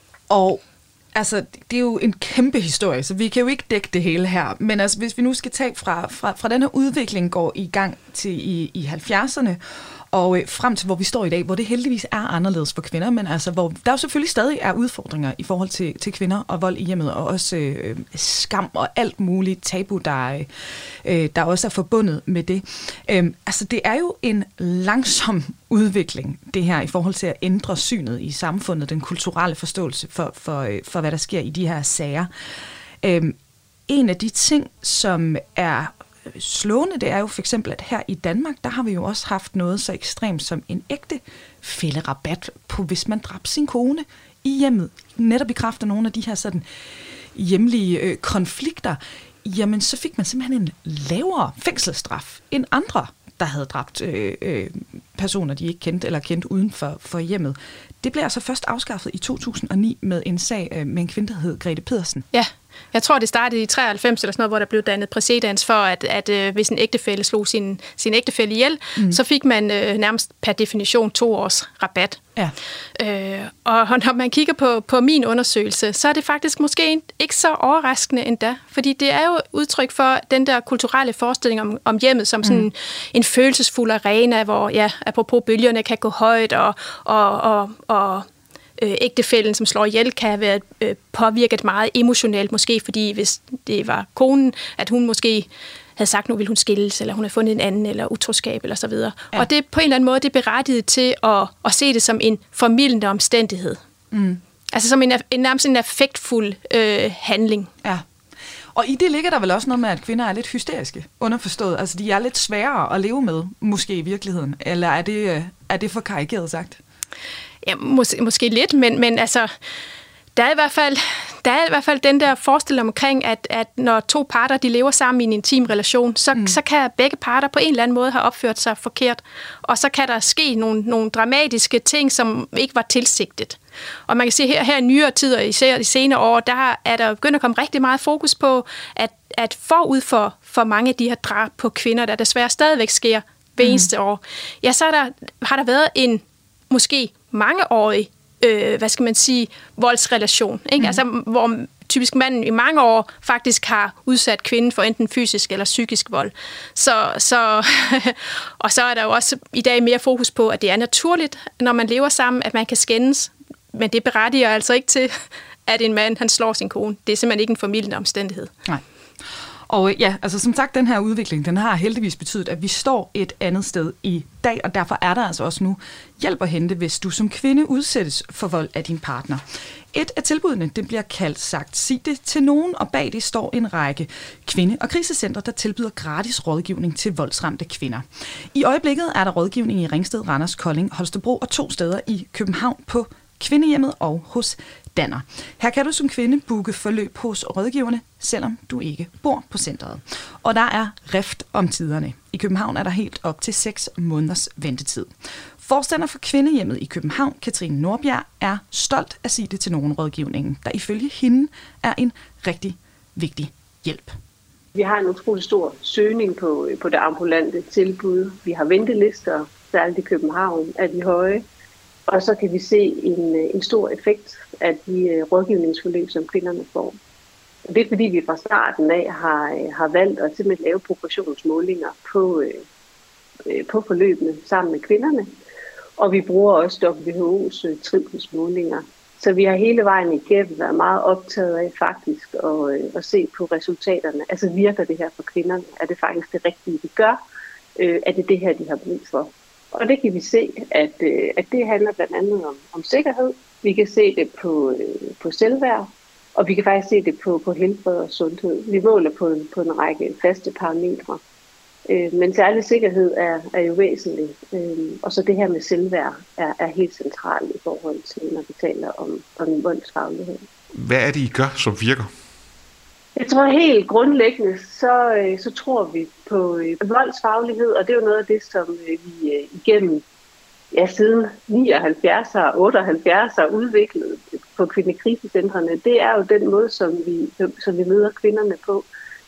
Og altså, det er jo en kæmpe historie, så vi kan jo ikke dække det hele her. Men altså, hvis vi nu skal tage fra, fra, fra den her udvikling går i gang til i, i halvfjerdserne, og øh, frem til, hvor vi står i dag, hvor det heldigvis er anderledes for kvinder, men altså, hvor der jo selvfølgelig stadig er udfordringer i forhold til, til kvinder og vold i hjemmet, og også øh, skam og alt muligt tabu, der, øh, der også er forbundet med det. Øh, altså, det er jo en langsom udvikling, det her, i forhold til at ændre synet i samfundet, den kulturelle forståelse for, for, øh, for hvad der sker i de her sager. Øh, en af de ting, som er slående, det er jo for eksempel, at her i Danmark, der har vi jo også haft noget så ekstremt som en ægte fællerabat på, hvis man dræbte sin kone i hjemmet, netop i kraft af nogle af de her sådan hjemlige øh, konflikter, jamen så fik man simpelthen en lavere fængselsstraf end andre, der havde dræbt øh, øh, personer, de ikke kendte eller kendt uden for, for hjemmet. Det blev altså først afskaffet i to tusind og ni med en sag øh, med en kvinde, der hed Grete Pedersen. Ja. Jeg tror, det startede i treoghalvfems eller sådan noget, hvor der blev dannet præcedens for, at, at øh, hvis en ægtefælle slog sin, sin ægtefælle ihjel, mm. så fik man øh, nærmest per definition to års rabat. Ja. Øh, og når man kigger på, på min undersøgelse, så er det faktisk måske ikke så overraskende endda, fordi det er jo udtryk for den der kulturelle forestilling om, om hjemmet som sådan mm. en følelsesfuld arena, hvor, ja, apropos bølgerne kan gå højt, og, og, og, og ægtefællen, som slår ihjel, kan have været øh, påvirket meget emotionelt, måske fordi hvis det var konen, at hun måske havde sagt, nu vil hun skilles, eller hun har fundet en anden, eller utroskab, eller så videre. Ja. Og det på en eller anden måde, det er berettiget til at, at se det som en formildende omstændighed. Mm. Altså som en, en nærmest en affektfuld øh, handling. Ja. Og i det ligger der vel også noget med, at kvinder er lidt hysteriske, underforstået. Altså de er lidt sværere at leve med, måske i virkeligheden. Eller er det, er det for karikeret sagt? Ja, mås- måske lidt, men, men altså, der er, i hvert fald, der er i hvert fald den der forestilling omkring, at, at når to parter de lever sammen i en intim relation, så, mm. så kan begge parter på en eller anden måde have opført sig forkert. Og så kan der ske nogle, nogle dramatiske ting, som ikke var tilsigtet. Og man kan se her, her i nyere tider, især i senere år, der er der begyndt at komme rigtig meget fokus på, at, at forud for, for mange af de her drab på kvinder, der desværre stadigvæk sker hver eneste mm. år, ja, så er der, har der været en måske mangeårig, øh, hvad skal man sige, voldsrelation, ikke? Mm. Altså, hvor typisk manden i mange år faktisk har udsat kvinden for enten fysisk eller psykisk vold. Så, så og så er der jo også i dag mere fokus på, at det er naturligt, når man lever sammen, at man kan skændes, men det berettiger altså ikke til, at en mand, han slår sin kone. Det er simpelthen ikke en formildende omstændighed. Nej. Og ja, altså som sagt, den her udvikling, den har heldigvis betydet, at vi står et andet sted i dag, og derfor er der altså også nu hjælp at hente, hvis du som kvinde udsættes for vold af din partner. Et af tilbudene, det bliver kaldt sagt sig det til nogen, og bag det står en række kvinde- og krisecentre, der tilbyder gratis rådgivning til voldsramte kvinder. I øjeblikket er der rådgivning i Ringsted, Randers, Kolding, Holstebro og to steder i København på Kvindehjemmet og hos Danner. Her kan du som kvinde booke forløb hos rådgiverne, selvom du ikke bor på centret. Og der er rift om tiderne. I København er der helt op til seks måneders ventetid. Forstander for Kvindehjemmet i København, Katrine Nordbjerg, er stolt at sige det til nogen rådgivningen, der ifølge hende er en rigtig vigtig hjælp. Vi har en utrolig stor søgning på, på det ambulante tilbud. Vi har ventelister, særligt i København, er de høje. Og så kan vi se en, en stor effekt af de rådgivningsforløb, som kvinderne får. Og det er fordi, vi fra starten af har, har valgt at simpelthen lave progressionsmålinger på, øh, på forløbene sammen med kvinderne. Og vi bruger også W H O's trivselsmålinger. Så vi har hele vejen igennem været meget optaget af faktisk at, øh, at se på resultaterne. Altså virker det her for kvinderne? Er det faktisk det rigtige, de gør? Øh, er det det her, de har brug for? Og det kan vi se, at, øh, at det handler blandt andet om, om sikkerhed. Vi kan se det på, øh, på selvværd, og vi kan faktisk se det på, på helbred og sundhed. Vi måler på en, på en række faste parametre. Øh, men særlig sikkerhed er, er jo væsentligt. Øh, og så det her med selvværd er, er helt centralt i forhold til, når vi taler om, om voldsfaglighed. Hvad er det, I gør, som virker? Jeg tror helt grundlæggende, så, så tror vi på øh, voldsfaglighed, og det er jo noget af det, som øh, vi øh, igennem ja, siden nioghalvfjerds og otteoghalvfjerds har udviklet på kvindekrisecentrene. Det er jo den måde, som vi, som vi møder kvinderne på.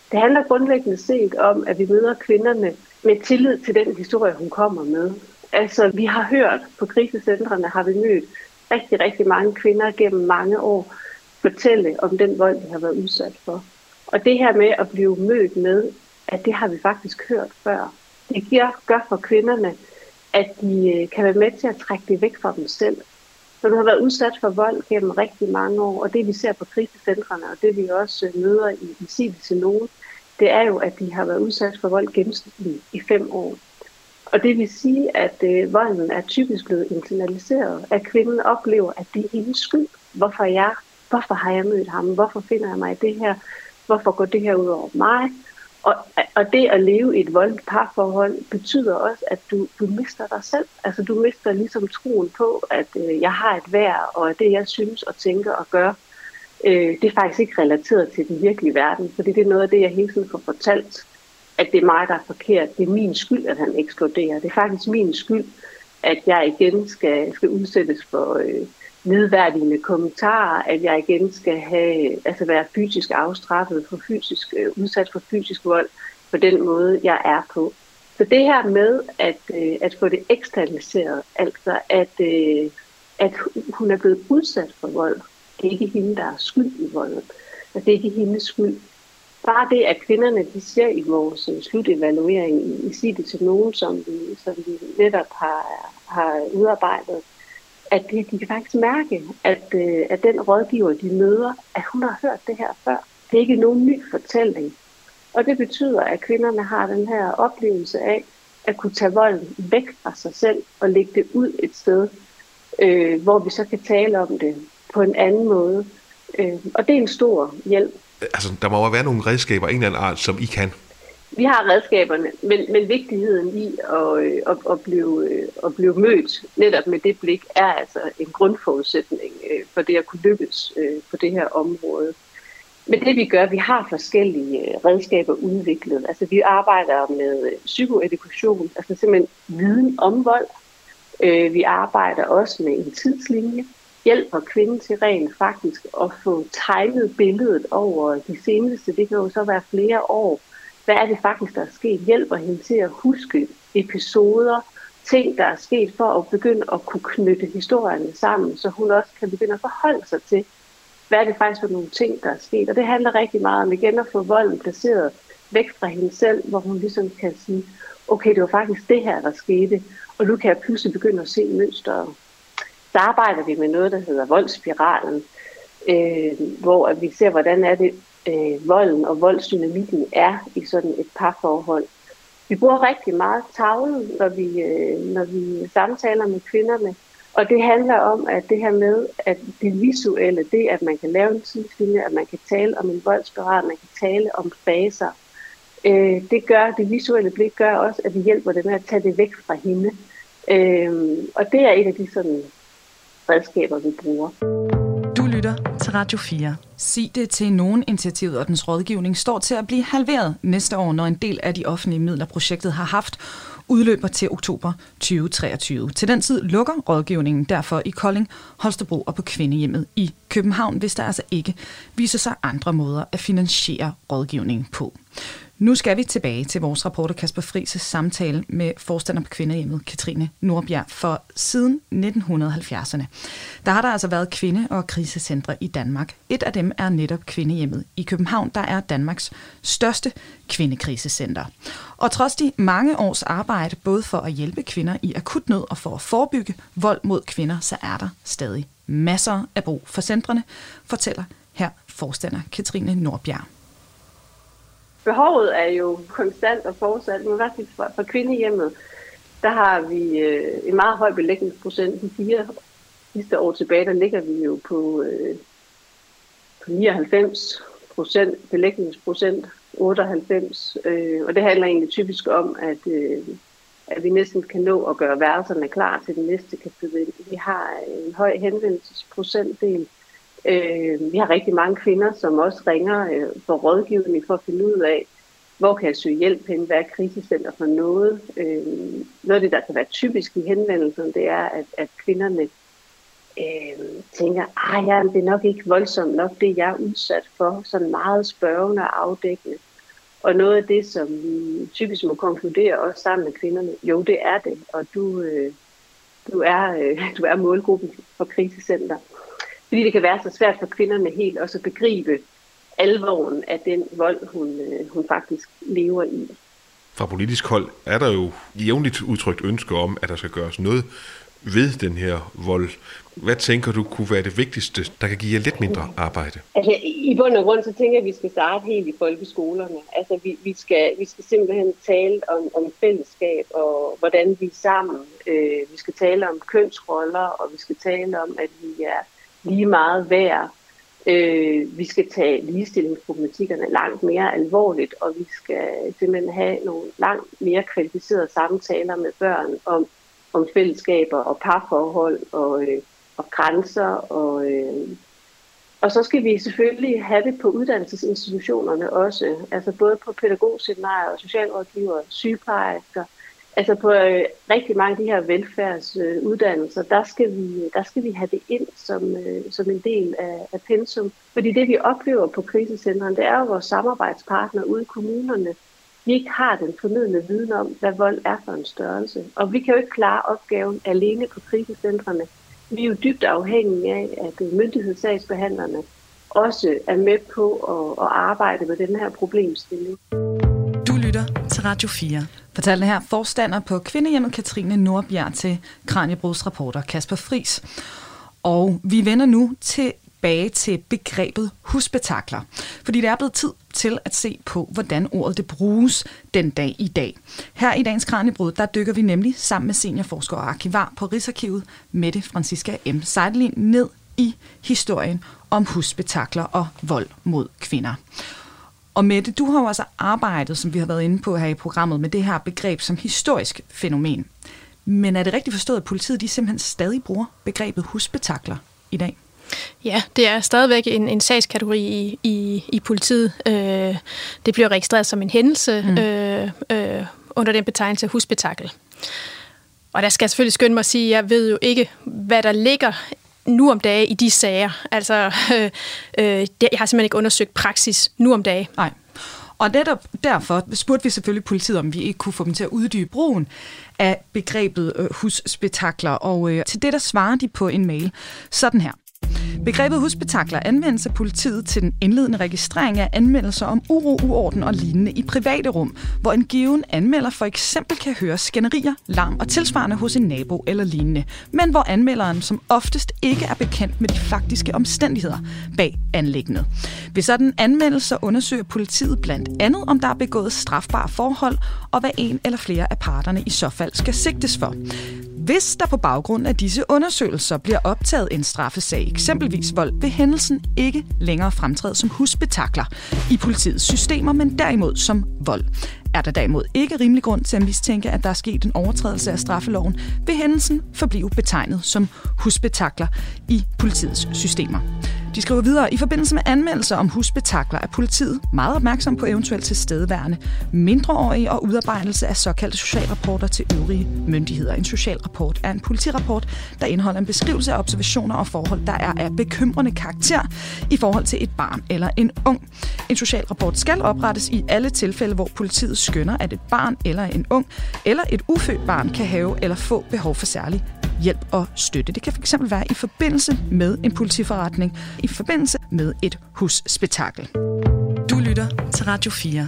Det handler grundlæggende set om, at vi møder kvinderne med tillid til den historie, hun kommer med. Altså, vi har hørt på krisecentrene, har vi mødt rigtig, rigtig mange kvinder gennem mange år fortælle om den vold, de har været udsat for. Og det her med at blive mødt med, at det har vi faktisk hørt før, det gør, gør for kvinderne, at de kan være med til at trække det væk fra dem selv. Når du har været udsat for vold gennem rigtig mange år, og det vi ser på krisecentrene, og det vi også møder i, i Sig det til nogen, det er jo, at de har været udsat for vold gennemsnitligt i fem år. Og det vil sige, at øh, volden er typisk blevet internaliseret, at kvinden oplever, at det er hendes skyld. Hvorfor, jeg, hvorfor har jeg mødt ham? Hvorfor finder jeg mig i det her? Hvorfor går det her ud over mig? Og, og det at leve i et voldeligt parforhold betyder også, at du, du mister dig selv. Altså du mister ligesom troen på, at øh, jeg har et værd, og at det jeg synes og tænker og gør, øh, det er faktisk ikke relateret til den virkelige verden. Fordi det er noget af det, jeg hele tiden får fortalt, at det er mig, der er forkert. Det er min skyld, at han eksploderer. Det er faktisk min skyld, at jeg igen skal, skal udsættes for øh, nedværdigende kommentarer, at jeg igen skal have, altså være fysisk afstraffet, for fysisk, øh, udsat for fysisk vold på den måde, jeg er på. Så det her med at, øh, at få det eksternaliseret, altså at, øh, at hun er blevet udsat for vold, det er ikke hende, der er skyld i volden. Altså, det er ikke hendes skyld. Bare det, at kvinderne de ser i vores slutevaluering i, i Sig det til nogen, som vi, som vi netop har, har udarbejdet, at de, de kan faktisk mærke, at, at den rådgiver, de møder, at hun har hørt det her før. Det er ikke nogen ny fortælling. Og det betyder, at kvinderne har den her oplevelse af at kunne tage volden væk fra sig selv og lægge det ud et sted, øh, hvor vi så kan tale om det på en anden måde. Øh, og det er en stor hjælp. Altså, der må jo være nogle redskaber, en eller anden art, som I kan. Vi har redskaberne, men, men vigtigheden i at, at, at, blive, at blive mødt netop med det blik, er altså en grundforudsætning for det at kunne lykkes på det her område. Men det vi gør, vi har forskellige redskaber udviklet. Altså vi arbejder med psykoedukation, altså simpelthen viden om vold. Vi arbejder også med en tidslinje. Hjælper kvinden til rent faktisk at få tegnet billedet over de seneste, det kan jo så være flere år. Hvad er det faktisk, der er sket? Hjælper hende til at huske episoder, ting, der er sket, for at begynde at kunne knytte historierne sammen, så hun også kan begynde at forholde sig til, hvad er det faktisk for nogle ting, der er sket. Og det handler rigtig meget om igen at få volden placeret væk fra hende selv, hvor hun ligesom kan sige, okay, det var faktisk det her, der skete, og nu kan jeg pludselig begynde at se mønstret. Så arbejder vi med noget, der hedder voldsspiralen, øh, hvor vi ser, hvordan er det, øh, volden og voldsdynamikken er i sådan et parforhold. Vi bruger rigtig meget tavlen, når vi, øh, når vi samtaler med kvinderne, og det handler om, at det her med, at det visuelle, det at man kan lave en tidslinje, at man kan tale om en voldsspiral, man kan tale om faser, øh, det gør, det visuelle blik gør også, at vi hjælper dem med at tage det væk fra hende. Øh, og det er et af de sådan redskaber, vi bruger. Du lytter til Radio fire. Sig det til nogen. Initiativet og dens rådgivning står til at blive halveret næste år, når en del af de offentlige midler, projektet har haft, udløber til oktober tyve treogtyve. Til den tid lukker rådgivningen derfor i Kolding, Holstebro og på Kvindehjemmet i København, hvis der altså ikke viser sig andre måder at finansiere rådgivningen på. Nu skal vi tilbage til vores reporter Kasper Friis' samtale med forstander på Kvindehjemmet, Katrine Nordbjerg, for siden nitten halvfjerdserne. Der har der altså været kvinde- og krisecentre i Danmark. Et af dem er netop Kvindehjemmet i København, der er Danmarks største kvindekrisecenter. Og trods de mange års arbejde, både for at hjælpe kvinder i akut nød og for at forebygge vold mod kvinder, så er der stadig masser af brug for centrene, fortæller her forstander Katrine Nordbjerg. Behovet er jo konstant og fortsat, men faktisk for Kvindehjemmet, der har vi øh, en meget høj belægningsprocent. De fire sidste år tilbage, der ligger vi jo på, øh, på nioghalvfems procent belægningsprocent, otteoghalvfems, øh, og det handler egentlig typisk om, at, øh, at vi næsten kan nå at gøre værelserne klar til den næste kapitel. Vi har en høj henvendelsesprocentdel. Øh, vi har rigtig mange kvinder, som også ringer øh, for rådgivning for at finde ud af, hvor kan jeg søge hjælp hen, hvad er krisecenter for noget. Øh, noget af det, der kan være typisk i henvendelsen, det er, at, at kvinderne øh, tænker, at det er nok ikke voldsomt nok, det jeg er udsat for, sådan meget spørgende og afdækkende. Og noget af det, som vi typisk må konkludere også sammen med kvinderne, jo, det er det, og du, øh, du, er, øh, du er målgruppen for krisecenter. Fordi det kan være så svært for kvinderne helt også at begribe alvoren af den vold, hun, øh, hun faktisk lever i. Fra politisk hold er der jo jævnligt udtrykt ønske om, at der skal gøres noget ved den her vold. Hvad tænker du kunne være det vigtigste, der kan give jer lidt mindre arbejde? Altså, i bund og grund, så tænker jeg, at vi skal starte helt i folkeskolerne. Altså, vi, vi, skal, vi skal simpelthen tale om, om fællesskab og hvordan vi er sammen. Øh, vi skal tale om kønsroller, og vi skal tale om, at vi er lige meget værd. Øh, vi skal tage ligestillingsproblematikkerne langt mere alvorligt, og vi skal simpelthen have nogle langt mere kvalificerede samtaler med børn om, om fællesskaber og parforhold og, øh, og grænser. Og, øh, og så skal vi selvfølgelig have det på uddannelsesinstitutionerne også, altså både på pædagogseminarier og socialrådgivere, sygeplejersker. Altså på øh, rigtig mange af de her velfærdsuddannelser, øh, der, skal vi, der skal vi have det ind som, øh, som en del af, af pensum. Fordi det vi oplever på krisecentrene, det er jo vores samarbejdspartnere ude i kommunerne. Vi ikke har den fornødne viden om, hvad vold er for en størrelse. Og vi kan jo ikke klare opgaven alene på krisecentrene. Vi er jo dybt afhængige af, at myndighedssagsbehandlerne også er med på at, at arbejde med den her problemstilling. Du lytter til Radio fire. Fortalte her forstander på Kvindehjemmet Katrine Nordbjerg til Kranjebrudsreporter Kasper Friis. Og vi vender nu tilbage til begrebet husspektakler, fordi det er blevet tid til at se på, hvordan ordet det bruges den dag i dag. Her i dagens Kranjebrud, der dykker vi nemlig sammen med seniorforsker og arkivar på Rigsarkivet, Mette Franziska M. Seidelin, ned i historien om husspektakler og vold mod kvinder. Og Mette, du har jo altså arbejdet, som vi har været inde på her i programmet, med det her begreb som historisk fænomen. Men er det rigtigt forstået, at politiet de simpelthen stadig bruger begrebet husspektakler i dag? Ja, det er stadigvæk en, en sagskategori i, i, i politiet. Øh, det bliver registreret som en hændelse mm. øh, øh, under den betegnelse husspektakel. Og der skal jeg selvfølgelig skynde mig at sige, at jeg ved jo ikke, hvad der ligger nu om dage i de sager. Altså, øh, øh, jeg har simpelthen ikke undersøgt praksis nu om dage. Nej. Og netop derfor spurgte vi selvfølgelig politiet, om vi ikke kunne få dem til at uddybe brugen af begrebet øh, husspektakler. Og øh, til det, der svarer de på en mail sådan her. Begrebet husspektakler anvendes af politiet til den indledende registrering af anmeldelser om uro, uorden og lignende i private rum, hvor en given anmelder for eksempel kan høre skænderier, larm og tilsvarende hos en nabo eller lignende, men hvor anmelderen som oftest ikke er bekendt med de faktiske omstændigheder bag anliggendet. Ved sådan anmeldelser undersøger politiet blandt andet, om der er begået strafbare forhold, og hvad en eller flere af parterne i så fald skal sigtes for. Hvis der på baggrund af disse undersøgelser bliver optaget en straffesag, eksempelvis vold, vil hændelsen ikke længere fremtræde som husspektakler i politiets systemer, men derimod som vold. Er der derimod ikke rimelig grund til at mistænke, at der er sket en overtrædelse af straffeloven, vil hændelsen forblive betegnet som husspektakler i politiets systemer. De skriver videre, i forbindelse med anmeldelser om husspektakler er politiet meget opmærksom på eventuelt tilstedeværende mindreårige og udarbejdelse af såkaldte socialrapporter til øvrige myndigheder. En socialrapport er en politirapport, der indeholder en beskrivelse af observationer og forhold, der er af bekymrende karakter i forhold til et barn eller en ung. En socialrapport skal oprettes i alle tilfælde, hvor politiet skønner, at et barn eller en ung eller et ufødt barn kan have eller få behov for særlig hjælp og støtte. Det kan fx være i forbindelse med en politiforretning, i forbindelse med et husspektakel. Du lytter til Radio fire.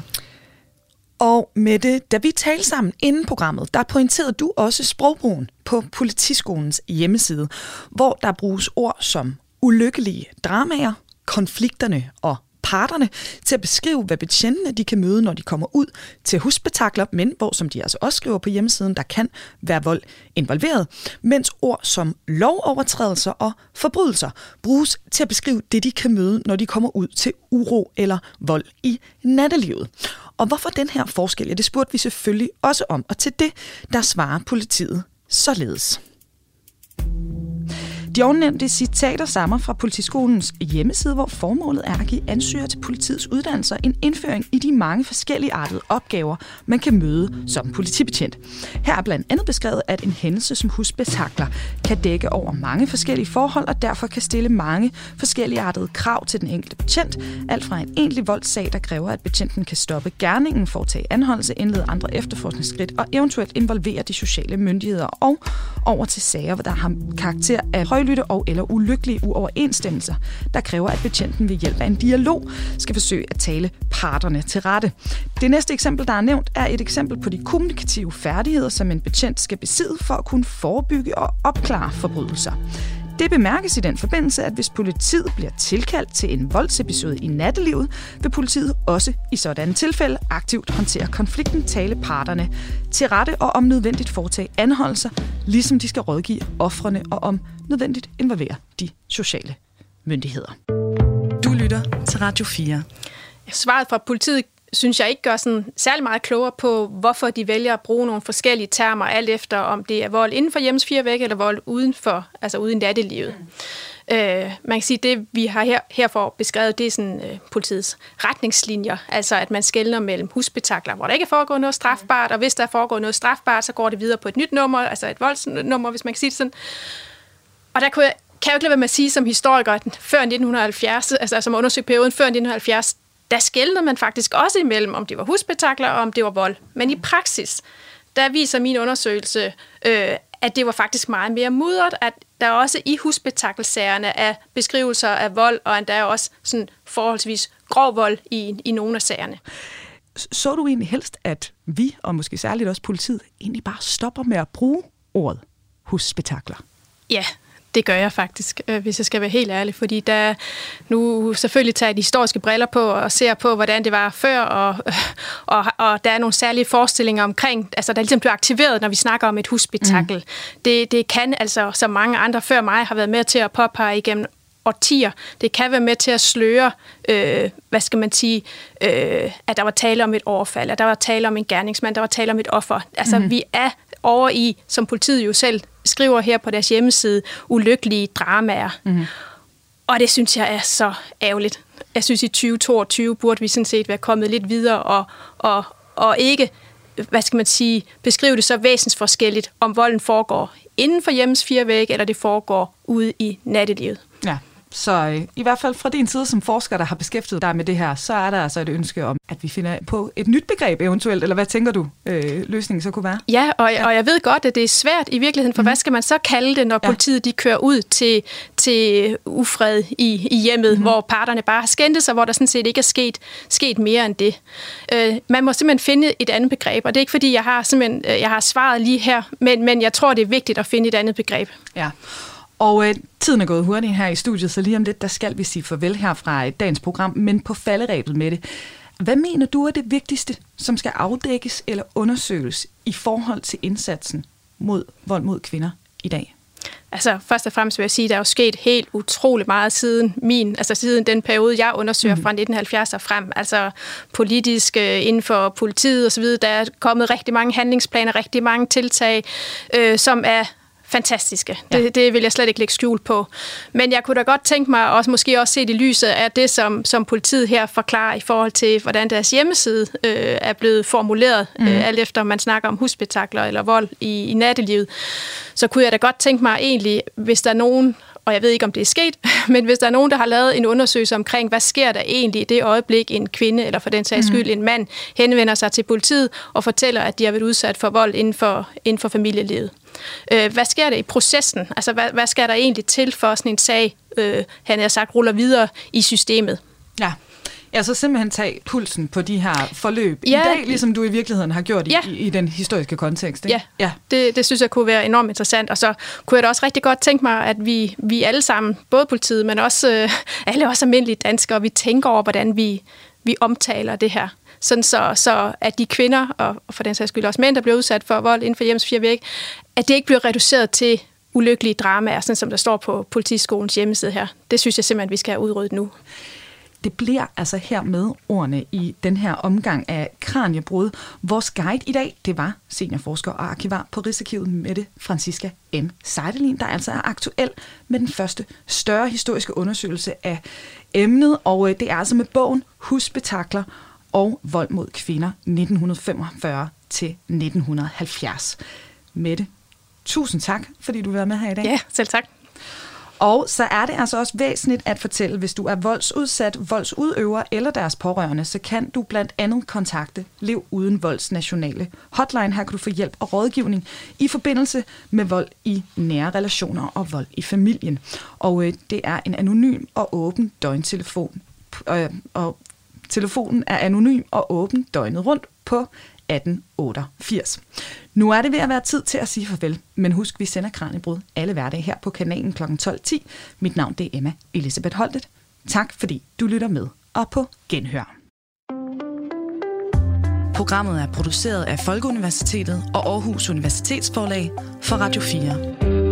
Og Mette, da vi talte sammen inden programmet, der pointerede du også sprogbrugen på Politiskolens hjemmeside, hvor der bruges ord som ulykkelige dramaer, konflikterne og parterne til at beskrive, hvad betjentene de kan møde, når de kommer ud til husspektakler, men hvor, som de altså også skriver på hjemmesiden, der kan være vold involveret, mens ord som lovovertrædelser og forbrydelser bruges til at beskrive det, de kan møde, når de kommer ud til uro eller vold i nattelivet. Og hvorfor den her forskel? Ja, det spurgte vi selvfølgelig også om, og til det, der svarer politiet således. De ovennævnte citater stammer fra Politiskolens hjemmeside, hvor formålet er at give ansøgere til politiets uddannelser en indføring i de mange forskellige artede opgaver, man kan møde som politibetjent. Her er blandt andet beskrevet, at en hændelse som husspektakler kan dække over mange forskellige forhold, og derfor kan stille mange forskellige artede krav til den enkelte betjent. Alt fra en egentlig voldssag, der kræver, at betjenten kan stoppe gerningen, foretage anholdelse, indlede andre efterforskningsskridt og eventuelt involvere de sociale myndigheder, og over til sager, der har karakter af højlytte og eller ulykkelige uoverensstemmelser, der kræver, at betjenten ved hjælp af en dialog skal forsøge at tale parterne til rette. Det næste eksempel, der er nævnt, er et eksempel på de kommunikative færdigheder, som en betjent skal besidde for at kunne forebygge og opklare forbrydelser. Det bemærkes i den forbindelse, at hvis politiet bliver tilkaldt til en voldsepisode i nattelivet, vil politiet også i sådan tilfælde aktivt håndtere konflikten, tale parterne til rette og om nødvendigt foretage anholdelser, ligesom de skal rådgive ofrene og om nødvendigt involvere de sociale myndigheder. Du lytter til Radio fire. Svaret fra politiet synes jeg ikke gør sådan særlig meget klogere på, hvorfor de vælger at bruge nogle forskellige termer, alt efter om det er vold inden for hjemmets fire vægge, eller vold udenfor, altså uden nattelivet. Mm. Øh, man kan sige, at det, vi har her, herfor beskrevet, det er sådan øh, politiets retningslinjer, altså at man skelner mellem husspektakler, hvor der ikke er foregået noget strafbart, og hvis der er foregået noget strafbart, så går det videre på et nyt nummer, altså et voldsnummer, hvis man kan sige det sådan. Og der kunne jeg, kan jeg jo ikke lade være med at sige som historiker, før nitten halvfjerds, altså som undersøgt perioden før nitten halvfjerds, der skelnede man faktisk også imellem, om det var husspektakler og om det var vold. Men i praksis, der viser min undersøgelse, øh, at det var faktisk meget mere mudret, at der også i husspektakelsagerne er beskrivelser af vold, og endda også sådan forholdsvis grov vold i, i nogle af sagerne. Så du egentlig helst, at vi, og måske særligt også politiet, egentlig bare stopper med at bruge ordet husspektakler? Ja, det gør jeg faktisk, hvis jeg skal være helt ærlig, fordi der nu selvfølgelig tager de historiske briller på og ser på, hvordan det var før, og, og, og der er nogle særlige forestillinger omkring, altså der ligesom bliver aktiveret, når vi snakker om et husspektakel. Mm. Det, det kan altså, som mange andre før mig har været med til at påpege igennem årtier, det kan være med til at sløre, øh, hvad skal man sige, øh, at der var tale om et overfald, at der var tale om en gerningsmand, der var tale om et offer. Altså mm. vi er over i, som politiet jo selv skriver her på deres hjemmeside, ulykkelige dramaer. Mm. Og det synes jeg er så ærgerligt. Jeg synes, i tyve toogtyve burde vi sådan set være kommet lidt videre og, og, og ikke, hvad skal man sige, beskrive det så væsensforskelligt, om volden foregår inden for hjemmets fire vægge, eller det foregår ude i nattelivet. Ja. Så øh, i hvert fald fra din side som forsker, der har beskæftiget dig med det her, så er der altså et ønske om, at vi finder på et nyt begreb eventuelt, eller hvad tænker du, øh, løsningen så kunne være? Ja, og, ja, og jeg ved godt, at det er svært i virkeligheden, for mm. hvad skal man så kalde det, når politiet de kører ud til, til ufred i, i hjemmet, mm. hvor parterne bare har skændtes, og hvor der sådan set ikke er sket, sket mere end det. Øh, man må simpelthen finde et andet begreb, og det er ikke fordi, jeg har, simpelthen, jeg har svaret lige her, men, men jeg tror, det er vigtigt at finde et andet begreb. Ja. Og øh, tiden er gået hurtigt her i studiet, så lige om lidt, der skal vi sige farvel her fra dagens program, men på falderebet med det. Hvad mener du er det vigtigste, som skal afdækkes eller undersøges i forhold til indsatsen mod vold mod kvinder i dag? Altså først og fremmest vil jeg sige, at der er jo sket helt utrolig meget siden min, altså siden den periode, jeg undersøger mm. fra nitten halvfjerds og frem. Altså politisk, øh, inden for politiet osv., der er kommet rigtig mange handlingsplaner, rigtig mange tiltag, øh, som er fantastiske. Ja. Det, det vil jeg slet ikke lægge skjul på. Men jeg kunne da godt tænke mig, også måske også set i lyset af det, som, som politiet her forklarer i forhold til, hvordan deres hjemmeside øh, er blevet formuleret, mm. øh, alt efter man snakker om husspektakler eller vold i, i nattelivet. Så kunne jeg da godt tænke mig egentlig, hvis der er nogen, og jeg ved ikke, om det er sket, men hvis der er nogen, der har lavet en undersøgelse omkring, hvad sker der egentlig i det øjeblik, en kvinde, eller for den sags skyld en mand, henvender sig til politiet og fortæller, at de har været udsat for vold inden for, inden for familielivet. Øh, hvad sker der i processen? Altså, hvad, hvad skal der egentlig til for sådan en sag, øh, han har sagt, ruller videre i systemet? Ja. Ja, så simpelthen tage pulsen på de her forløb ja, i dag, ligesom du i virkeligheden har gjort ja. i, i den historiske kontekst. Ikke? Ja, ja. Det, det synes jeg kunne være enormt interessant, og så kunne jeg da også rigtig godt tænke mig, at vi, vi alle sammen, både politiet, men også øh, alle os almindelige danskere, vi tænker over, hvordan vi, vi omtaler det her. Sådan så, så at de kvinder, og for den sags skyld også mænd, der bliver udsat for vold inden for hjemmets fire vægge, at det ikke bliver reduceret til ulykkelige dramaer, sådan som der står på Politiskolens hjemmeside her. Det synes jeg simpelthen, vi skal have udryddet nu. Det bliver altså her med ordene i den her omgang af Kraniebrud. Vores guide i dag, det var seniorforsker og arkivar på Rigsarkivet, Mette Franziska M. Seidelin, der altså er aktuel med den første større historiske undersøgelse af emnet. Og det er altså med bogen Husspektakler og vold mod kvinder nitten femogfyrre til nitten halvfjerds. Mette, tusind tak, fordi du var med her i dag. Ja, selv tak. Og så er det altså også væsentligt at fortælle, hvis du er voldsudsat, voldsudøver eller deres pårørende, så kan du blandt andet kontakte Lev Uden Volds nationale hotline. Her kan du få hjælp og rådgivning i forbindelse med vold i nære relationer og vold i familien. Og øh, det er en anonym og åben døgntelefon. Øh, og telefonen er anonym og åben døgnet rundt på atten otteogfirs. Nu er det ved at være tid til at sige farvel, men husk, vi sender Kraniebrud alle hverdage her på kanalen klokken tolv ti. Mit navn det er Emma Elisabeth Holtet. Tak fordi du lytter med, og på genhør. Programmet er produceret af Folkeuniversitetet og Aarhus Universitetsforlag for Radio fire.